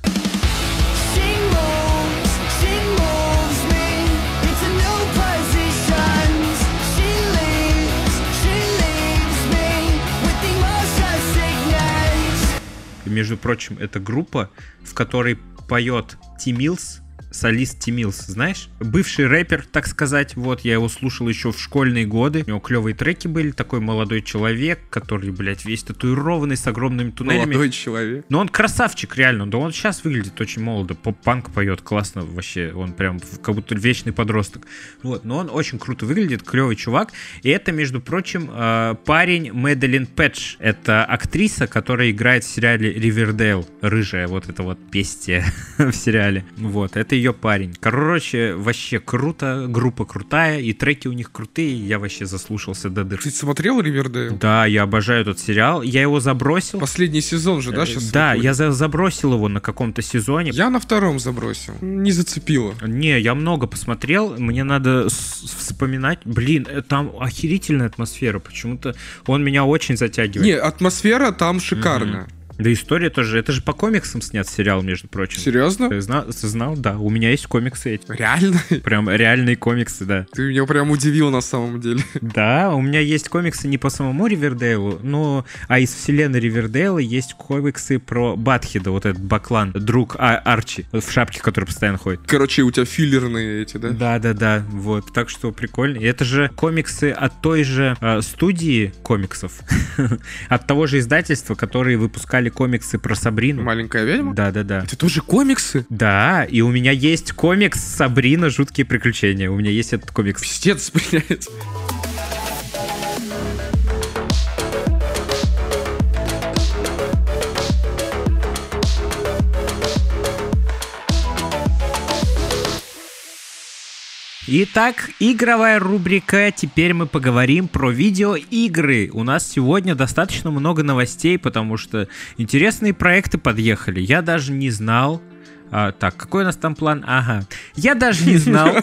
Между прочим, это группа, в которой поет Ти Милс, солист Ти Милс, знаешь? Бывший рэпер, так сказать. Вот, я его слушал еще в школьные годы. У него клевые треки были. Такой молодой человек, который, блядь, весь татуированный, с огромными туннелями. Молодой человек. Но он красавчик, реально. Да он сейчас выглядит очень молодо. Поп-панк поет классно вообще. Он прям как будто вечный подросток. Вот, но он очень круто выглядит, клевый чувак. И это, между прочим, парень Мэдалин Пэтч. Это актриса, которая играет в сериале Ривердейл. Рыжая вот эта вот бестия в сериале. Вот, это ее ее парень. Короче, вообще круто, группа крутая, и треки у них крутые, я вообще заслушался до дыр. Ты смотрел «Ривердейл»? Да, я обожаю этот сериал, я его забросил. Последний сезон же, да, сейчас? Да, выходит? я за- забросил его на каком-то сезоне. Я на втором забросил. Не зацепило. Не, я много посмотрел, мне надо с- вспоминать. Блин, э, там охерительная атмосфера, почему-то он меня очень затягивает. Не, атмосфера там шикарная. Да история тоже, это же по комиксам снят сериал, между прочим. Серьезно? Ты знал, ты знал? Да, у меня есть комиксы эти. Реально? Прям реальные комиксы, да. Ты меня прям удивил на самом деле. Да, у меня есть комиксы не по самому Ривердейлу, но а из вселенной Ривердейла есть комиксы про Батхеда, вот этот Баклан, друг а- Арчи, в шапке, который постоянно ходит. Короче, у тебя филлерные эти, да? Да-да-да, вот, так что прикольно. И это же комиксы от той же э, студии комиксов, от того же издательства, которые выпускали комиксы про Сабрину. Маленькая ведьма? Да-да-да. Это тоже комиксы? Да, и у меня есть комикс «Сабрина. Жуткие приключения». У меня есть этот комикс. Пиздец, блядь. Итак, игровая рубрика. Теперь мы поговорим про видеоигры. У нас сегодня достаточно много новостей, потому что интересные проекты подъехали. Я даже не знал. А, так, какой у нас там план? Ага. Я даже не знал,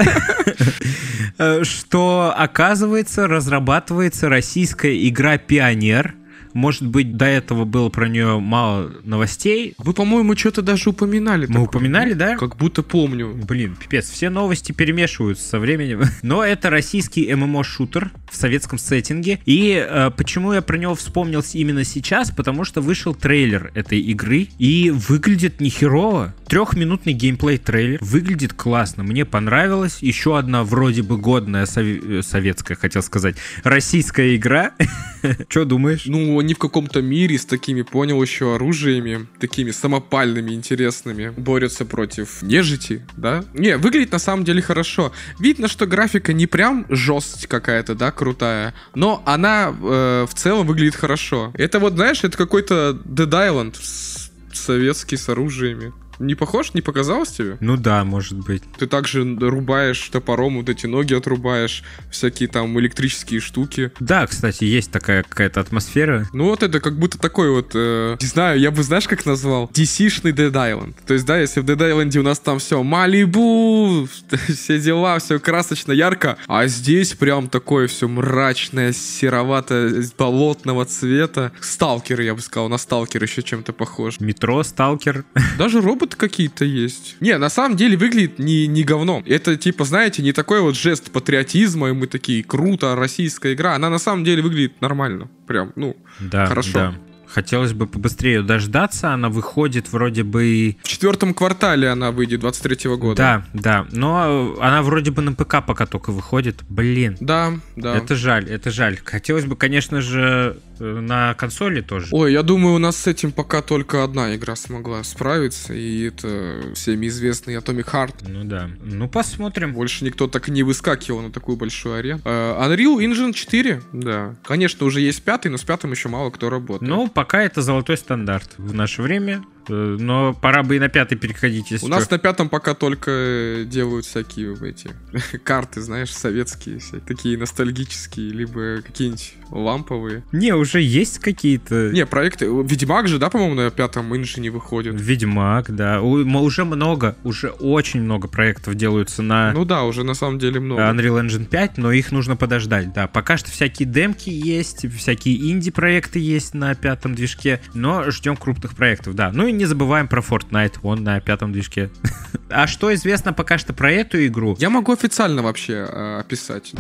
что, оказывается, разрабатывается российская игра «Пионер». Может быть, до этого было про нее мало новостей. Вы, по-моему, что-то даже упоминали. Мы упоминали, да? Как будто помню. Блин, пипец, все новости перемешиваются со временем. Но это российский эм эм о-шутер в советском сеттинге. И э, почему я про него вспомнил именно сейчас? Потому что вышел трейлер этой игры. И выглядит нехерово. Трехминутный геймплей-трейлер. Выглядит классно. Мне понравилось. Еще одна вроде бы годная сове- советская, хотел сказать, российская игра. Че думаешь? Ну, они в каком-то мире с такими, понял, еще оружиями, такими самопальными, интересными, борются против нежити, да? Не, выглядит на самом деле хорошо. Видно, что графика не прям жесть какая-то, да, крутая, но она э, в целом выглядит хорошо. Это вот, знаешь, это какой-то Dead Island с- советский с оружиями. Не похож? Не показалось тебе? Ну да, может быть. Ты также рубаешь топором, вот эти ноги отрубаешь, всякие там электрические штуки. Да, кстати, есть такая какая-то атмосфера. Ну вот это как будто такой вот, э, не знаю, я бы, знаешь, как назвал? ди си-шный Dead Island. То есть, да, если в Dead Island у нас там все Малибу, все дела, все красочно, ярко, а здесь прям такое все мрачное, серовато, болотного цвета. Сталкер, я бы сказал, на Сталкер еще чем-то похож. Метро, Сталкер. Даже роботы какие-то есть. Не, на самом деле выглядит не, не говно. Это, типа, знаете, не такой вот жест патриотизма, и мы такие, круто, российская игра. Она на самом деле выглядит нормально. Прям, ну, Да, хорошо. Да. Хотелось бы побыстрее ее дождаться. Она выходит вроде бы... В четвертом квартале она выйдет, двадцать третьего года. Да, да. Но она вроде бы на ПК пока только выходит. Блин. Да, да. Это жаль, это жаль. Хотелось бы, конечно же, на консоли тоже. Ой, я думаю, у нас с этим пока только одна игра смогла справиться, и это всеми известный Atomic Heart. Ну да. Ну посмотрим. Больше никто так и не выскакивал на такую большую арену. Э, Unreal Engine четыре, да. Конечно, уже есть пятый, но с пятым еще мало кто работает. Ну, пока это золотой стандарт в наше время. Э, Но пора бы и на пятый переходить, если У нас что. на пятом пока только делают всякие эти карты, знаешь, советские, всякие, такие ностальгические, либо какие-нибудь ламповые. Не, уже есть какие-то... Не, проекты. Ведьмак же, да, по-моему, на пятом инжине выходит. Ведьмак, да. У- м- Уже много, уже очень много проектов делаются на... Ну да, уже на самом деле много. Unreal Engine пять, но их нужно подождать, да. Пока что всякие демки есть, всякие инди-проекты есть на пятом движке, но ждем крупных проектов, да. Ну и не забываем про Fortnite, он на пятом движке. А что известно пока что про эту игру? Я могу официально вообще э, описать.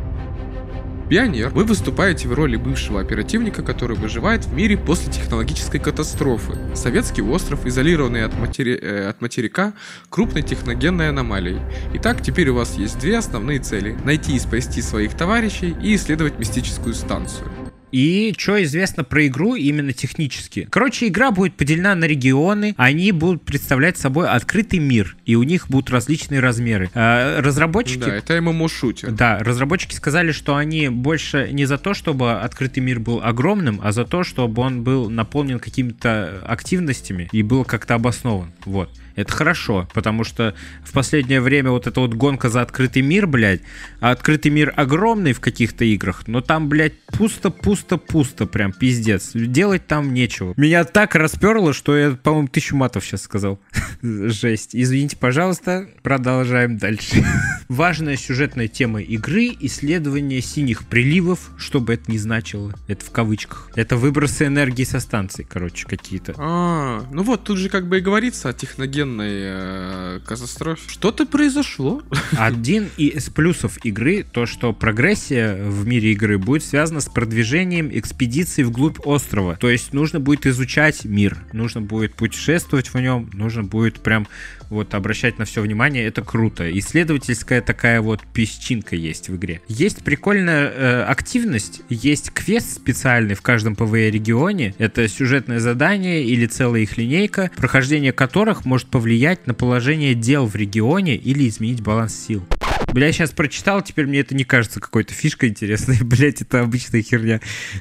Пионер. Вы выступаете в роли бывшего оперативника, который выживает в мире после технологической катастрофы. Советский остров, изолированный от, матери... э, от материка крупной техногенной аномалией. Итак, теперь у вас есть две основные цели. Найти и спасти своих товарищей и исследовать мистическую станцию. И что известно про игру именно технически? Короче, игра будет поделена на регионы, они будут представлять собой открытый мир, и у них будут различные размеры. А, разработчики... Да, это эм эм о-шутер. Да, разработчики сказали, что они больше не за то, чтобы открытый мир был огромным, а за то, чтобы он был наполнен какими-то активностями и был как-то обоснован. Вот. Это хорошо, потому что в последнее время вот эта вот гонка за открытый мир, блядь, а открытый мир огромный в каких-то играх, но там, блядь, пусто-пусто-пусто, прям пиздец. Делать там нечего. Меня так расперло, что я, по-моему, тысячу матов сейчас сказал. Жесть. Извините, пожалуйста, продолжаем дальше. Важная сюжетная тема игры — исследование синих приливов, что бы это ни значило. Это в кавычках. Это выбросы энергии со станций, короче, какие-то. А, ну вот, тут же как бы и говорится о техногенной э, катастрофе. Что-то произошло. Один из плюсов игры — то, что прогрессия в мире игры будет связана с продвижением экспедиций вглубь острова. То есть нужно будет изучать мир, нужно будет путешествовать в нем, нужно будет прям вот обращать на все внимание. Это круто. Исследовательская такая вот песчинка есть в игре. Есть прикольная э, активность, есть квест специальный в каждом ПВЕ-регионе. Это сюжетное задание или целая их линейка, прохождение которых может повлиять на положение дел в регионе или изменить баланс сил. Бля, я сейчас прочитал, теперь мне это не кажется какой-то фишкой интересной. Блять, это обычная херня.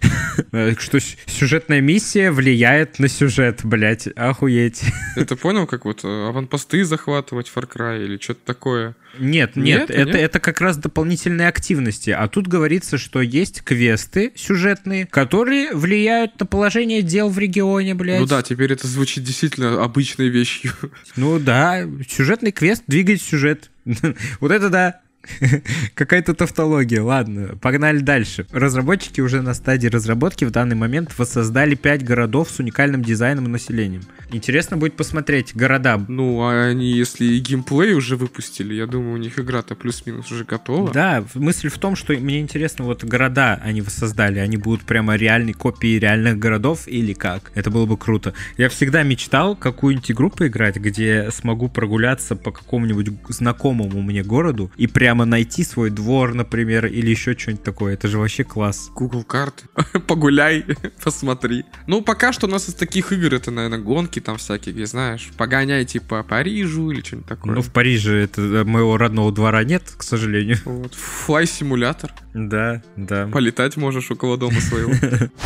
Что сюжетная миссия влияет на сюжет, блять, охуеть. Ты понял, как вот аванпосты захватывать в Far Cry или что-то такое? Нет, нет, нет, это, нет, это как раз дополнительные активности. А тут говорится, что есть квесты сюжетные, которые влияют на положение дел в регионе, блядь. Ну да, теперь это звучит действительно обычной вещью. Ну да, сюжетный квест двигает сюжет. Вот это да. Какая-то тавтология. Ладно, погнали дальше. Разработчики уже на стадии разработки в данный момент воссоздали пять городов с уникальным дизайном и населением. Интересно будет посмотреть города. Ну, а они, если и геймплей уже выпустили, я думаю, у них игра-то плюс-минус уже готова. Да, мысль в том, что мне интересно, вот города они воссоздали, они будут прямо реальной копией реальных городов или как? Это было бы круто. Я всегда мечтал какую-нибудь игру поиграть, где смогу прогуляться по какому-нибудь знакомому мне городу и прямо найти свой двор, например, или еще что-нибудь такое. Это же вообще класс. Google карты. Погуляй, посмотри. Ну, пока что у нас из таких игр это, наверное, гонки там всякие, где, знаешь, погоняй типа Парижу или что-нибудь такое. Ну, в Париже это моего родного двора нет, к сожалению. Вот. Флай-симулятор. Да, да. Полетать можешь около дома своего.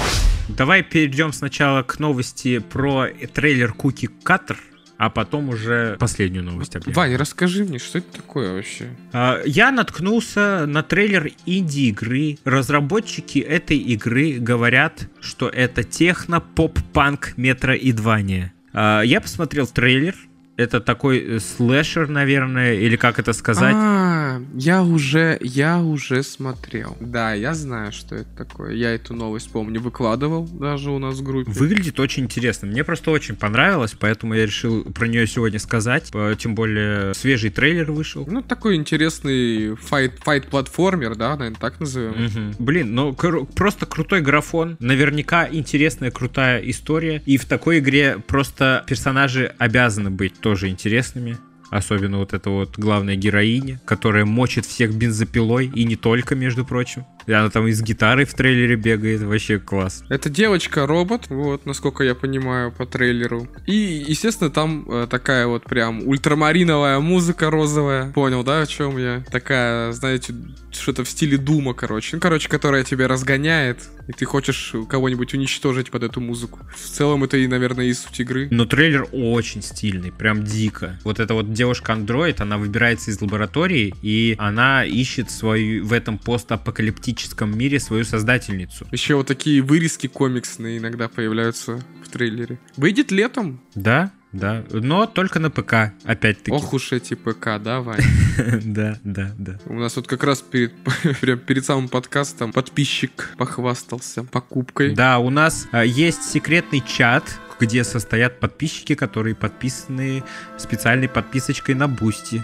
Давай перейдем сначала к новости про трейлер Cookie Cutter, а потом уже последнюю новость объявим. Ваня, расскажи мне, что это такое вообще? Я наткнулся на трейлер инди-игры. Разработчики этой игры говорят, что это техно-поп-панк метроидвания. Я посмотрел трейлер. Это такой слэшер, наверное, или как это сказать? А, я уже, я уже смотрел. Да, я знаю, что это такое. Я эту новость, помню, выкладывал даже у нас в группе. Выглядит очень интересно. Мне просто очень понравилось, поэтому я решил про нее сегодня сказать. Тем более свежий трейлер вышел. Ну, такой интересный файт, файт-платформер, да, наверное, так назовем. Угу. Блин, ну кру- просто крутой графон. Наверняка интересная, крутая история. И в такой игре просто персонажи обязаны быть тоже интересными. Особенно вот эта вот главная героиня, которая мочит всех бензопилой, и не только, между прочим. И она там и с гитарой в трейлере бегает, вообще класс. Это девочка-робот, вот, насколько я понимаю по трейлеру. И, естественно, там э, такая вот прям ультрамариновая музыка розовая. Понял, да, о чем я? Такая, знаете, что-то в стиле Дума, короче. Ну, короче, которая тебя разгоняет, и ты хочешь кого-нибудь уничтожить под эту музыку. В целом, это и, наверное, и суть игры. Но трейлер очень стильный, прям дико. Вот эта вот девушка-андроид, она выбирается из лаборатории, и она ищет свою в этом постапокалиптическом мире свою создательницу. Еще вот такие вырезки комиксные иногда появляются в трейлере. Выйдет летом? Да, да, но только на ПК, опять-таки. Ох уж эти ПК, да, Вань? Да, да, да. У нас вот как раз перед, прям перед самым подкастом подписчик похвастался покупкой. Да, у нас а, есть секретный чат, где состоят подписчики, которые подписаны специальной подписочкой на Бусти.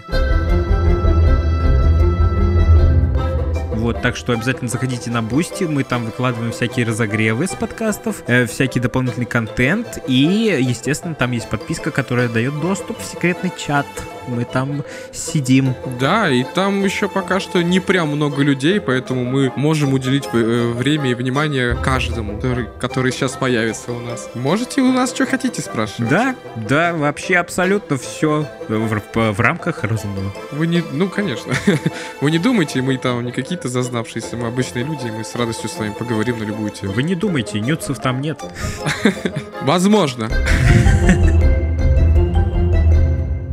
Вот, так что обязательно заходите на Бусти, мы там выкладываем всякие разогревы с подкастов, э, всякий дополнительный контент, и, естественно, там есть подписка, которая дает доступ в секретный чат. Мы там сидим. Да, и там еще пока что не прям много людей, поэтому мы можем уделить время и внимание каждому, который, который сейчас появится у нас. Можете у нас что хотите спрашивать? Да, да, вообще абсолютно все в, в, в рамках разумного. Вы не, ну, конечно. Вы не думайте, мы там не какие-то зазнавшиеся, мы обычные люди, и мы с радостью с вами поговорим на любую тему. Вы не думайте, нюцев там нет. Возможно.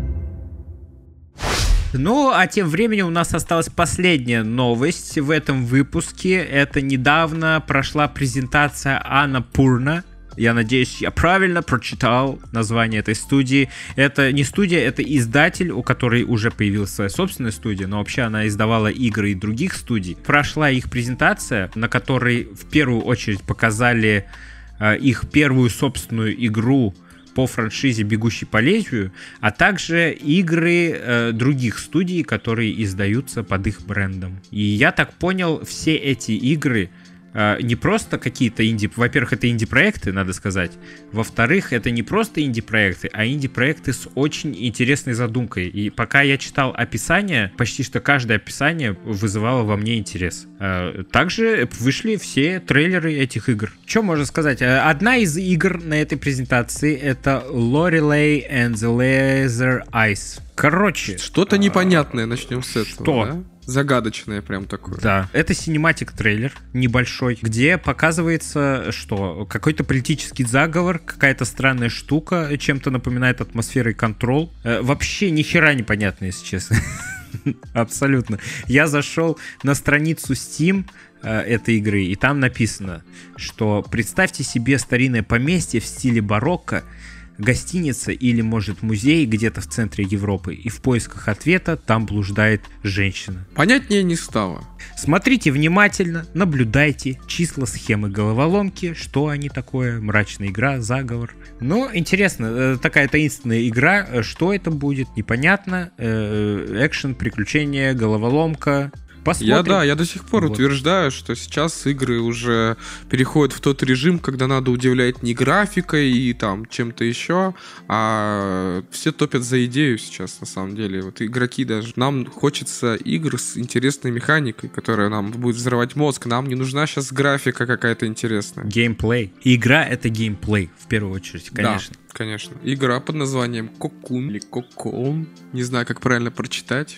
Ну, а тем временем у нас осталась последняя новость в этом выпуске. Это недавно прошла презентация Annapurna. Я надеюсь, я правильно прочитал название этой студии. Это не студия, это издатель, у которой уже появилась своя собственная студия, но вообще она издавала игры и других студий. Прошла их презентация, на которой в первую очередь показали э, их первую собственную игру по франшизе «Бегущий по лезвию», а также игры э, других студий, которые издаются под их брендом. И я так понял, все эти игры не просто какие-то инди... Во-первых, это инди-проекты, надо сказать. Во-вторых, это не просто инди-проекты, а инди-проекты с очень интересной задумкой. И пока я читал описание, почти что каждое описание вызывало во мне интерес. Также вышли все трейлеры этих игр. Что можно сказать? Одна из игр на этой презентации — это Lorelei and the Laser Eyes. Короче... Что-то непонятное, начнем с этого. Что? Да? Загадочное прям такое. Да, это синематик трейлер небольшой, где показывается, что какой-то политический заговор, какая-то странная штука, чем-то напоминает атмосферой Control. Э, вообще ни хера непонятно, если честно. Абсолютно. Я зашел на страницу Steam э, этой игры, и там написано, что представьте себе старинное поместье в стиле барокко, гостиница или, может, музей где-то в центре Европы, и в поисках ответа там блуждает женщина. Понятнее не стало. Смотрите внимательно, наблюдайте числа, схемы, головоломки, что они такое, мрачная игра, заговор. Ну, интересно, такая таинственная игра, что это будет, непонятно. Экшен, приключения, головоломка. Посмотрим. Я, да, я до сих пор вот. утверждаю, что сейчас игры уже переходят в тот режим, когда надо удивлять не графикой и там чем-то еще, а все топят за идею сейчас, на самом деле. Вот игроки даже. Нам хочется игр с интересной механикой, которая нам будет взрывать мозг. Нам не нужна сейчас графика какая-то интересная. Геймплей. Игра — это геймплей, в первую очередь, конечно. Да. Конечно. Игра под названием Cocoon или Cocoon. Не знаю, как правильно прочитать.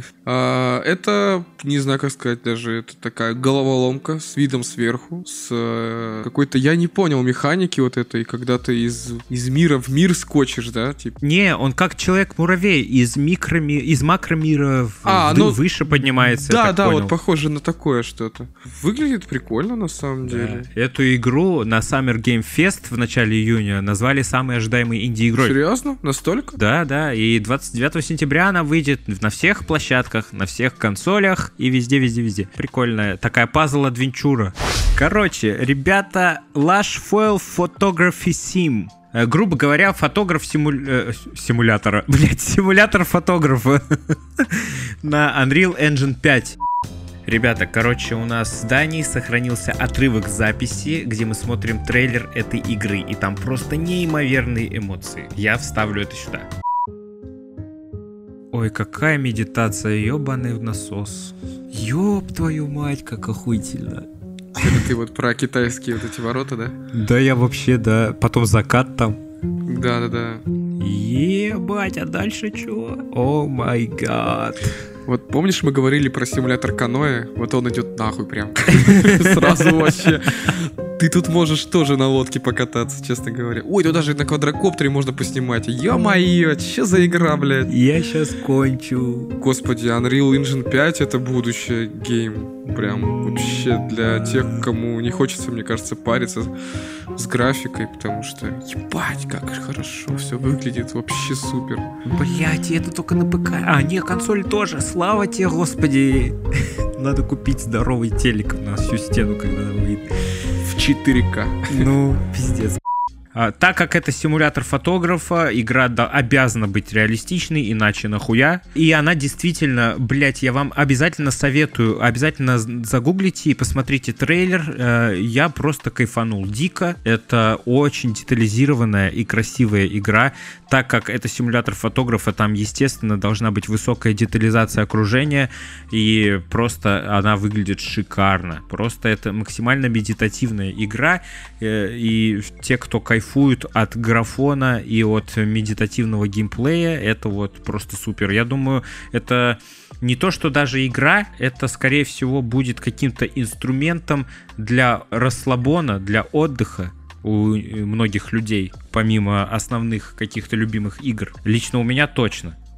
Это, не знаю, как сказать даже, это такая головоломка с видом сверху, с какой-то, я не понял механики вот этой, когда ты из, из мира в мир скочишь, да? Типа. Не, он как человек-муравей, из, микроми... из макромира в... а, в... ну, выше поднимается. Да, да, понял. Вот похоже на такое что-то. Выглядит прикольно, на самом да. деле. Эту игру на Summer Game Fest в начале июня назвали самой ожидаемой инди-игрой. Серьезно? Настолько? Да, да. И двадцать девятого сентября она выйдет на всех площадках, на всех консолях и везде, везде, везде. Прикольная. Такая пазл-адвенчура. Короче, ребята, Lush Foil Photography Sim. Грубо говоря, фотограф симуль... э, симулятора. Блять, симулятор фотографа на Unreal Engine пять. Ребята, короче, у нас в здании сохранился отрывок записи, где мы смотрим трейлер этой игры, и там просто неимоверные эмоции. Я вставлю это сюда. Ой, какая медитация, ёбаный в насос. Ёб твою мать, как охуительно. Это ты вот про китайские вот эти ворота, да? Да, я вообще, да. Потом закат там. Да-да-да. Ебать, а дальше чё? О май гад. Вот помнишь, мы говорили про симулятор каноэ? Вот он идет нахуй прям. Сразу вообще. Ты тут можешь тоже на лодке покататься, честно говоря. Ой, тут даже на квадрокоптере можно поснимать. Ё-моё, что за игра, блядь? Я сейчас кончу. Господи, Unreal Engine пять — это будущее гейм. Прям вообще для тех, кому не хочется, мне кажется, париться с графикой, потому что, ебать, как хорошо все выглядит, вообще супер. Блять, это только на ПК. А, не, консоль тоже. Слава тебе, господи. Надо купить здоровый телек на всю стену, когда она выйдет. В четыре ка. Ну, пиздец. А, так как это симулятор фотографа, игра да, обязана быть реалистичной, иначе нахуя. И она действительно, блять, я вам обязательно советую, обязательно загуглите и посмотрите трейлер. Э, я просто кайфанул дико. Это очень детализированная и красивая игра. Так как это симулятор фотографа, там, естественно, должна быть высокая детализация окружения. И просто она выглядит шикарно. Просто это максимально медитативная игра. Э, и те, кто кайфует от графона и от медитативного геймплея, это вот просто супер. Я думаю, это не то, что даже игра, это, скорее всего, будет каким-то инструментом для расслабона, для отдыха у многих людей, помимо основных каких-то любимых игр. Лично у меня точно.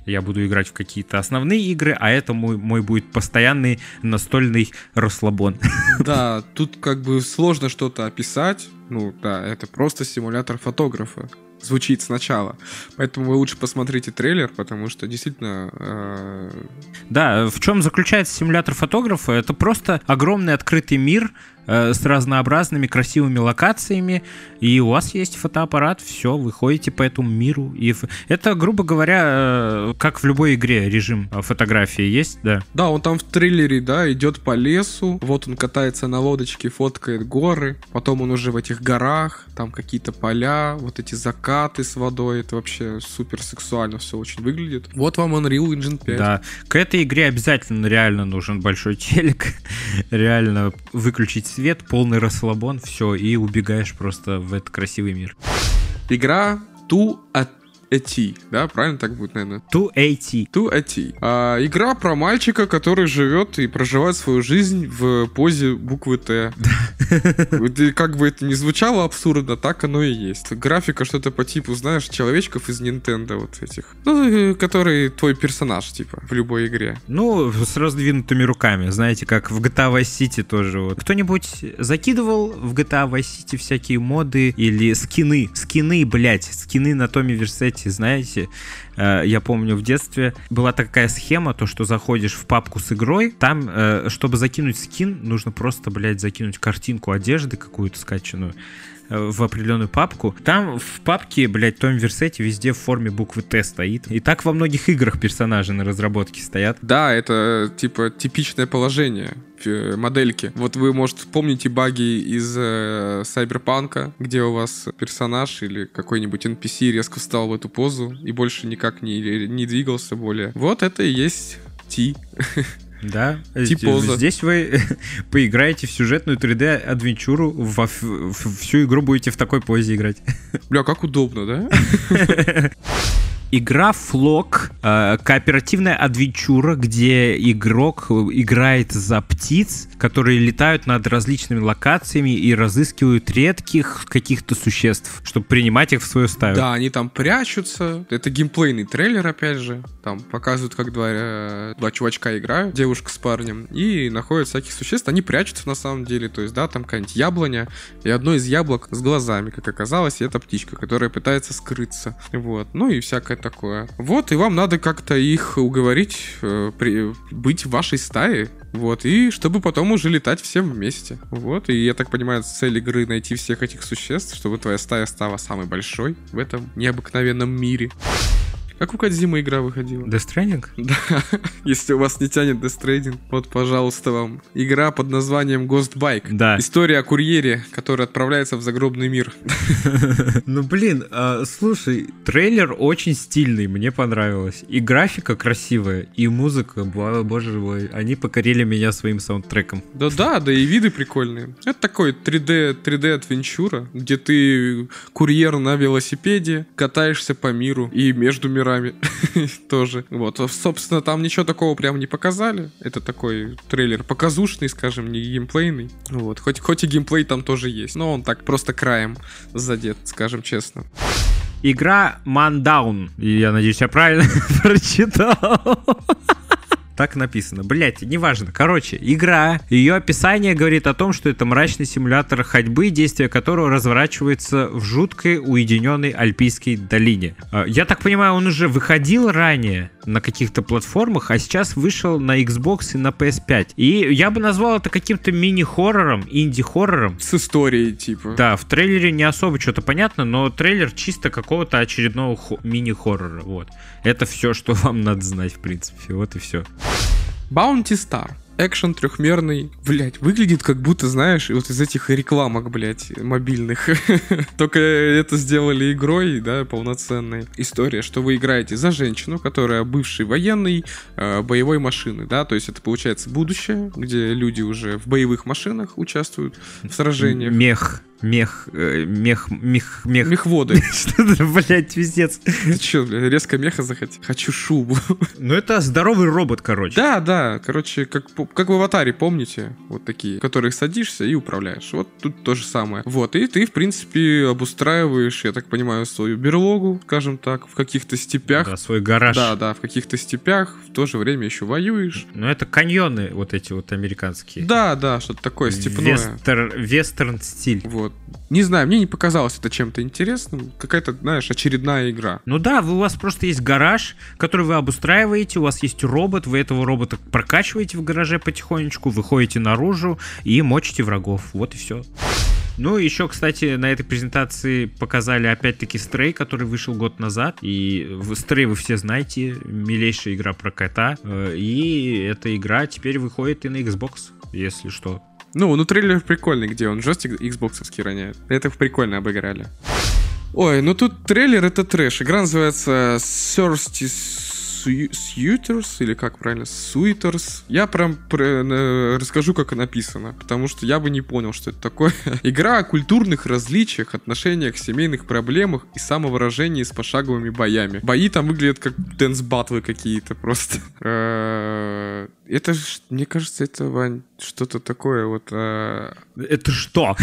Я буду играть в какие-то основные игры, а это мой, мой будет постоянный настольный расслабон. Да, тут как бы сложно что-то описать. Ну да, это просто симулятор фотографа. Звучит сначала. Поэтому вы лучше посмотрите трейлер, потому что действительно... Э... Да, в чем заключается симулятор фотографа? Это просто огромный открытый мир э, с разнообразными красивыми локациями, и у вас есть фотоаппарат, все, вы ходите по этому миру. И ф... Это, грубо говоря, э, как в любой игре режим фотографии есть, да? Да, он там в трейлере, да, идет по лесу, вот он катается на лодочке, фоткает горы, потом он уже в этих горах, там какие-то поля, вот эти закаты с водой, это вообще супер сексуально все очень выглядит. Вот вам Unreal Engine пять. Да, к этой игре обязательно реально нужен большой телек, реально выключить свет, полный расслабон, все, и убегаешь просто в этот красивый мир. Игра To A T, да, правильно так будет, наверное? To A T. To A T. А, игра про мальчика, который живет и проживает свою жизнь в позе буквы Т. Как бы это ни звучало абсурдно, так оно и есть. Графика что-то по типу, знаешь, человечков из Nintendo вот этих. Ну, который твой персонаж, типа, в любой игре. Ну, с раздвинутыми руками, знаете, как в джи ти эй Vice City тоже. Вот. Кто-нибудь закидывал в джи ти эй Vice City всякие моды или скины? Скины, блять, скины на Томми Версетти, знаете? Я помню, в детстве была такая схема, то, что заходишь в папку с игрой, там, чтобы закинуть скин, нужно просто, блядь, закинуть картинку одежды какую-то скачанную в определенную папку. Там в папке, блядь, Том Версетти везде в форме буквы Т стоит. И так во многих играх персонажи на разработке стоят. Да, это, типа, типичное положение модельки. Вот вы, может, помните баги из э, Cyberpunk, где у вас персонаж или какой-нибудь эн пи си резко встал в эту позу и больше никак не, не двигался более. Вот это и есть T. Да, Типоза. Здесь вы поиграете в сюжетную три дэ-адвенчуру, во в, в, всю игру будете в такой позе играть. Бля, как удобно, да? Игра Flock, э, кооперативная адвенчура, где игрок играет за птиц, которые летают над различными локациями и разыскивают редких каких-то существ, чтобы принимать их в свою стаю. Да, они там прячутся. Это геймплейный трейлер, опять же. Там показывают, как два, э, два чувачка играют, девушка с парнем, и находят всяких существ. Они прячутся на самом деле. То есть, да, там какая-нибудь яблоня, и одно из яблок с глазами, как оказалось, и это птичка, которая пытается скрыться. Вот. Ну и всякое такое. Вот, и вам надо как-то их уговорить э, при, быть в вашей стае. Вот, и чтобы потом уже летать всем вместе. Вот, и я так понимаю, цель игры найти всех этих существ, чтобы твоя стая стала самой большой в этом необыкновенном мире. Как у Кодзимы игра выходила? Death Stranding? Да, если у вас не тянет Death Stranding, вот, пожалуйста, вам. Игра под названием Ghost Bike. Да. История о курьере, который отправляется в загробный мир. Ну, блин, слушай, трейлер очень стильный, мне понравилось. И графика красивая, и музыка, боже мой, они покорили меня своим саундтреком. Да-да, да и виды прикольные. Это такой три дэ, три дэ-адвенчура, где ты курьер на велосипеде, катаешься по миру и между мирами тоже. Вот, собственно, там ничего такого прям не показали. Это такой трейлер показушный, скажем, не геймплейный. Вот, хоть, хоть и геймплей там тоже есть, но он так просто краем задет, скажем честно. Игра Man Down. Я надеюсь, я правильно прочитал. Так написано. Блять, неважно. Короче, игра. Ее описание говорит о том, что это мрачный симулятор ходьбы, действие которого разворачивается в жуткой уединенной альпийской долине. Я так понимаю, он уже выходил ранее на каких-то платформах, а сейчас вышел на Xbox и на пи эс пять. И я бы назвал это каким-то мини-хоррором, инди-хоррором. С историей, типа. Да, в трейлере не особо что-то понятно, но трейлер чисто какого-то очередного хо- мини-хоррора. Вот. Это все, что вам надо знать, в принципе. Вот и все. Bounty Star. Экшен трехмерный. Блять, выглядит как будто, знаешь, вот из этих рекламок, блять, мобильных. Только это сделали игрой, да, полноценной. История, что вы играете за женщину, которая бывший военный э, боевой машины, да, то есть это получается будущее, где люди уже в боевых машинах участвуют в сражениях. Мех. мех, э, мех, мех, мех... Мехводы. Что-то, блядь, пиздец. Ты чё, бля, резко меха захотел? Хочу шубу. Ну это здоровый робот, короче. Да, да, короче, как, как в Аватаре, помните? Вот такие, в которых садишься и управляешь. Вот тут то же самое. Вот, и ты, в принципе, обустраиваешь, я так понимаю, свою берлогу, скажем так, в каких-то степях. Да, свой гараж. Да, да, в каких-то степях, в то же время еще воюешь. Ну это каньоны вот эти вот американские. Да, да, что-то такое степное. Вестер, вестерн стиль. Вот. Не знаю, мне не показалось это чем-то интересным. Какая-то, знаешь, очередная игра. Ну да, у вас просто есть гараж, который вы обустраиваете, у вас есть робот, вы этого робота прокачиваете в гараже потихонечку, выходите наружу и мочите врагов. Вот и все. Ну, еще, кстати, на этой презентации показали опять-таки Stray, который вышел год назад. И Stray вы все знаете, милейшая игра про кота. И эта игра теперь выходит и на Xbox, если что. Ну, ну трейлер прикольный, где он джойстик Xbox-овский роняет. Это прикольно обыграли. Ой, ну тут трейлер — это трэш. Игра называется Thirsty Suitors, или как правильно, Suitors. Я прям про, расскажу, как написано, потому что я бы не понял, что это такое. Игра о культурных различиях, отношениях, семейных проблемах и самовыражении с пошаговыми боями. Бои там выглядят как дэнс-баттлы какие-то просто. Это, мне кажется, это, Вань, что-то такое вот... Это что?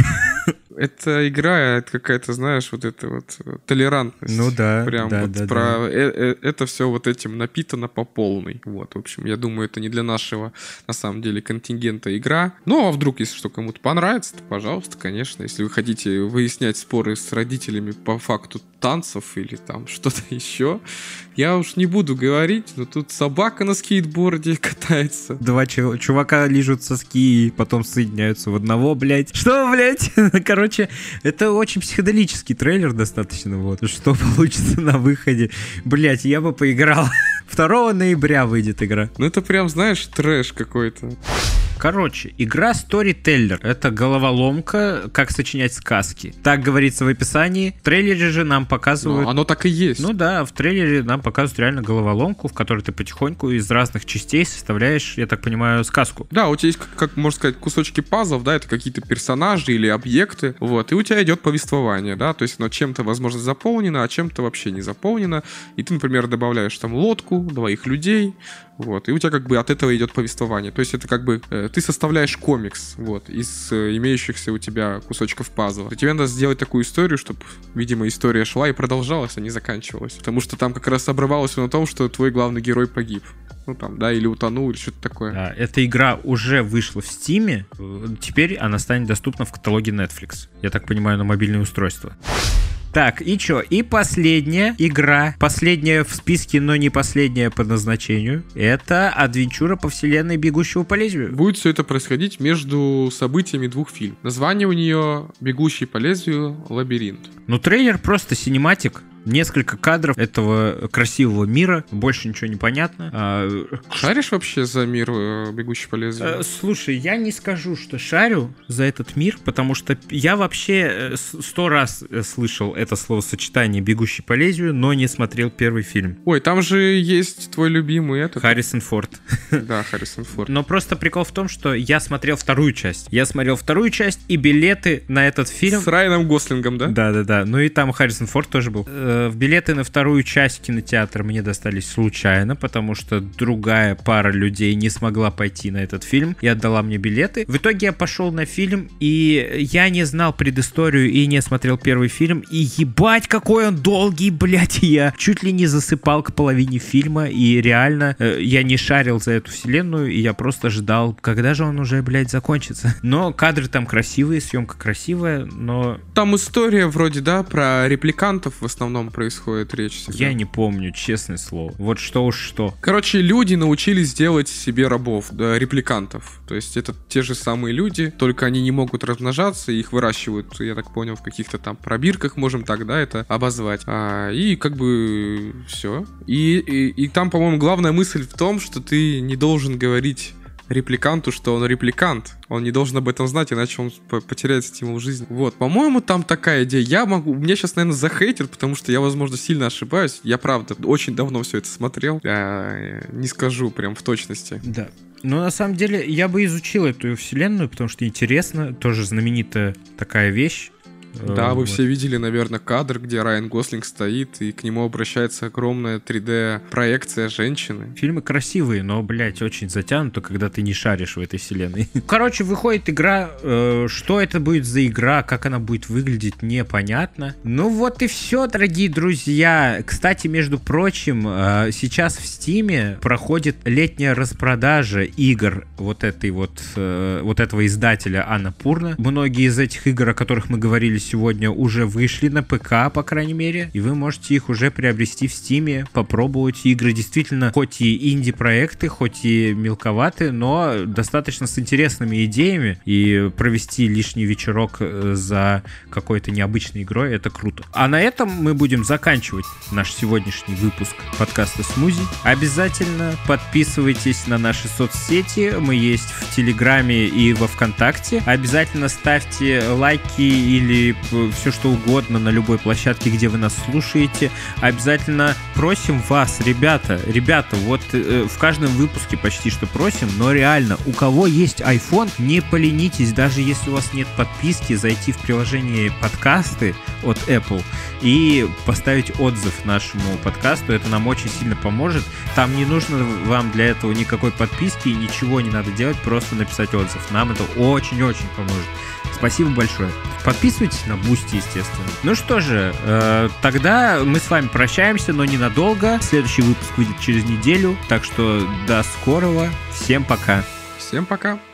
Это игра, это какая-то, знаешь, вот эта вот толерантность. Ну да, Прям да, вот да, про... да. Э- э- это все вот этим напитано по полной. Вот, в общем, я думаю, это не для нашего, на самом деле, контингента игра. Ну, а вдруг, если что, кому-то понравится, то, пожалуйста, конечно. Если вы хотите выяснять споры с родителями по факту танцев или там что-то еще, я уж не буду говорить, но тут собака на скейтборде катается. Два чу- чувака лижут соски и потом соединяются в одного, блядь. Что, блядь? Короче, это очень психоделический трейлер достаточно, вот. Что получится на выходе? Блядь, я бы поиграл. второго ноября выйдет игра. Ну это прям, знаешь, трэш какой-то. Короче, игра Storyteller. Это головоломка, как сочинять сказки. Так говорится в описании. В трейлере же нам показывают... Но оно так и есть. Ну да, в трейлере нам показывают реально головоломку, в которой ты потихоньку из разных частей составляешь, я так понимаю, сказку. Да, у тебя есть, как, как можно сказать, кусочки пазлов, да, это какие-то персонажи или объекты, вот, и у тебя идет повествование, да, то есть оно чем-то, возможно, заполнено, а чем-то вообще не заполнено, и ты, например, добавляешь там лодку, двоих людей, вот, и у тебя как бы от этого идет повествование, то есть это как бы э, ты составляешь комикс, вот, из э, имеющихся у тебя кусочков пазла. И тебе надо сделать такую историю, чтобы, видимо, история шла и продолжалась, а не заканчивалась, потому что там как раз обрывалось на том, что твой главный герой погиб. Ну там, да, или утонул, или что-то такое. Да, эта игра уже вышла в Steam, теперь она станет доступна в каталоге Netflix. Я так понимаю, на мобильное устройство. Так, и чё? И последняя игра, последняя в списке, но не последняя по назначению, это адвенчура по вселенной Бегущего по лезвию. Будет все это происходить между событиями двух фильмов. Название у нее «Бегущий по лезвию. Лабиринт». Ну, трейлер просто синематик. Несколько кадров этого красивого мира, больше ничего не понятно. А, шаришь вообще за мир «Бегущий по лезвию»? А, слушай, я не скажу, что шарю за этот мир, потому что я вообще сто раз слышал это словосочетание «Бегущий по лезвию», но не смотрел первый фильм. Ой, там же есть твой любимый этот... Харрисон Форд. Да, Харрисон Форд. Но просто прикол в том, что я смотрел вторую часть. Я смотрел вторую часть, и билеты на этот фильм... С Райаном Гослингом, да? Да-да-да. Ну и там Харрисон Форд тоже был. Билеты на вторую часть кинотеатра мне достались случайно, потому что другая пара людей не смогла пойти на этот фильм и отдала мне билеты. В итоге я пошел на фильм, и я не знал предысторию и не смотрел первый фильм, и ебать, какой он долгий, блядь, я чуть ли не засыпал к половине фильма, и реально я не шарил за эту вселенную, и я просто ждал, когда же он уже, блядь, закончится. Но кадры там красивые, съемка красивая, но... Там история вроде, да, про репликантов в основном происходит речь всегда. Я не помню, честное слово. Вот что уж что. Короче, люди научились делать себе рабов, да, репликантов. То есть это те же самые люди, только они не могут размножаться, их выращивают, я так понял, в каких-то там пробирках, можем так, да, это обозвать. А, и как бы все. И, и, и там, по-моему, главная мысль в том, что ты не должен говорить репликанту, что он репликант. Он не должен об этом знать, иначе он потеряет стимул жизни. Вот, по-моему, там такая идея. Я могу... Меня сейчас, наверное, захейтят, потому что я, возможно, сильно ошибаюсь. Я, правда, очень давно все это смотрел. Я не скажу прям в точности. Да. Но на самом деле я бы изучил эту вселенную, потому что интересно. Тоже знаменитая такая вещь. Да, вы Вот. все видели, наверное, кадр, где Райан Гослинг стоит, и к нему обращается огромная три дэ-проекция женщины. Фильмы красивые, но, блядь, очень затянуто, когда ты не шаришь в этой вселенной. Короче, выходит игра. э, Что это будет за игра, как она будет выглядеть, непонятно. Ну вот и все, дорогие друзья. Кстати, между прочим, э, сейчас в Стиме проходит летняя распродажа игр вот этой вот, э, вот этого издателя Анапурна. Многие из этих игр, о которых мы говорили сегодня, уже вышли на ПК, по крайней мере, и вы можете их уже приобрести в Стиме, попробовать. Игры действительно, хоть и инди-проекты, хоть и мелковаты, но достаточно с интересными идеями, и провести лишний вечерок за какой-то необычной игрой — это круто. А на этом мы будем заканчивать наш сегодняшний выпуск подкаста «Смузи». Обязательно подписывайтесь на наши соцсети, мы есть в Телеграме и во Вконтакте. Обязательно ставьте лайки или все что угодно на любой площадке, где вы нас слушаете. Обязательно просим вас, ребята, ребята, вот э, в каждом выпуске почти что просим, но реально, у кого есть iPhone, не поленитесь, даже если у вас нет подписки, зайти в приложение подкасты от Apple и поставить отзыв нашему подкасту. Это нам очень сильно поможет. Там не нужно вам для этого никакой подписки, ничего не надо делать, просто написать отзыв. Нам это очень-очень поможет. Спасибо большое. Подписывайтесь на Boosty, естественно. Ну что же, э, тогда мы с вами прощаемся, но ненадолго. Следующий выпуск выйдет через неделю, так что до скорого. Всем пока. Всем пока.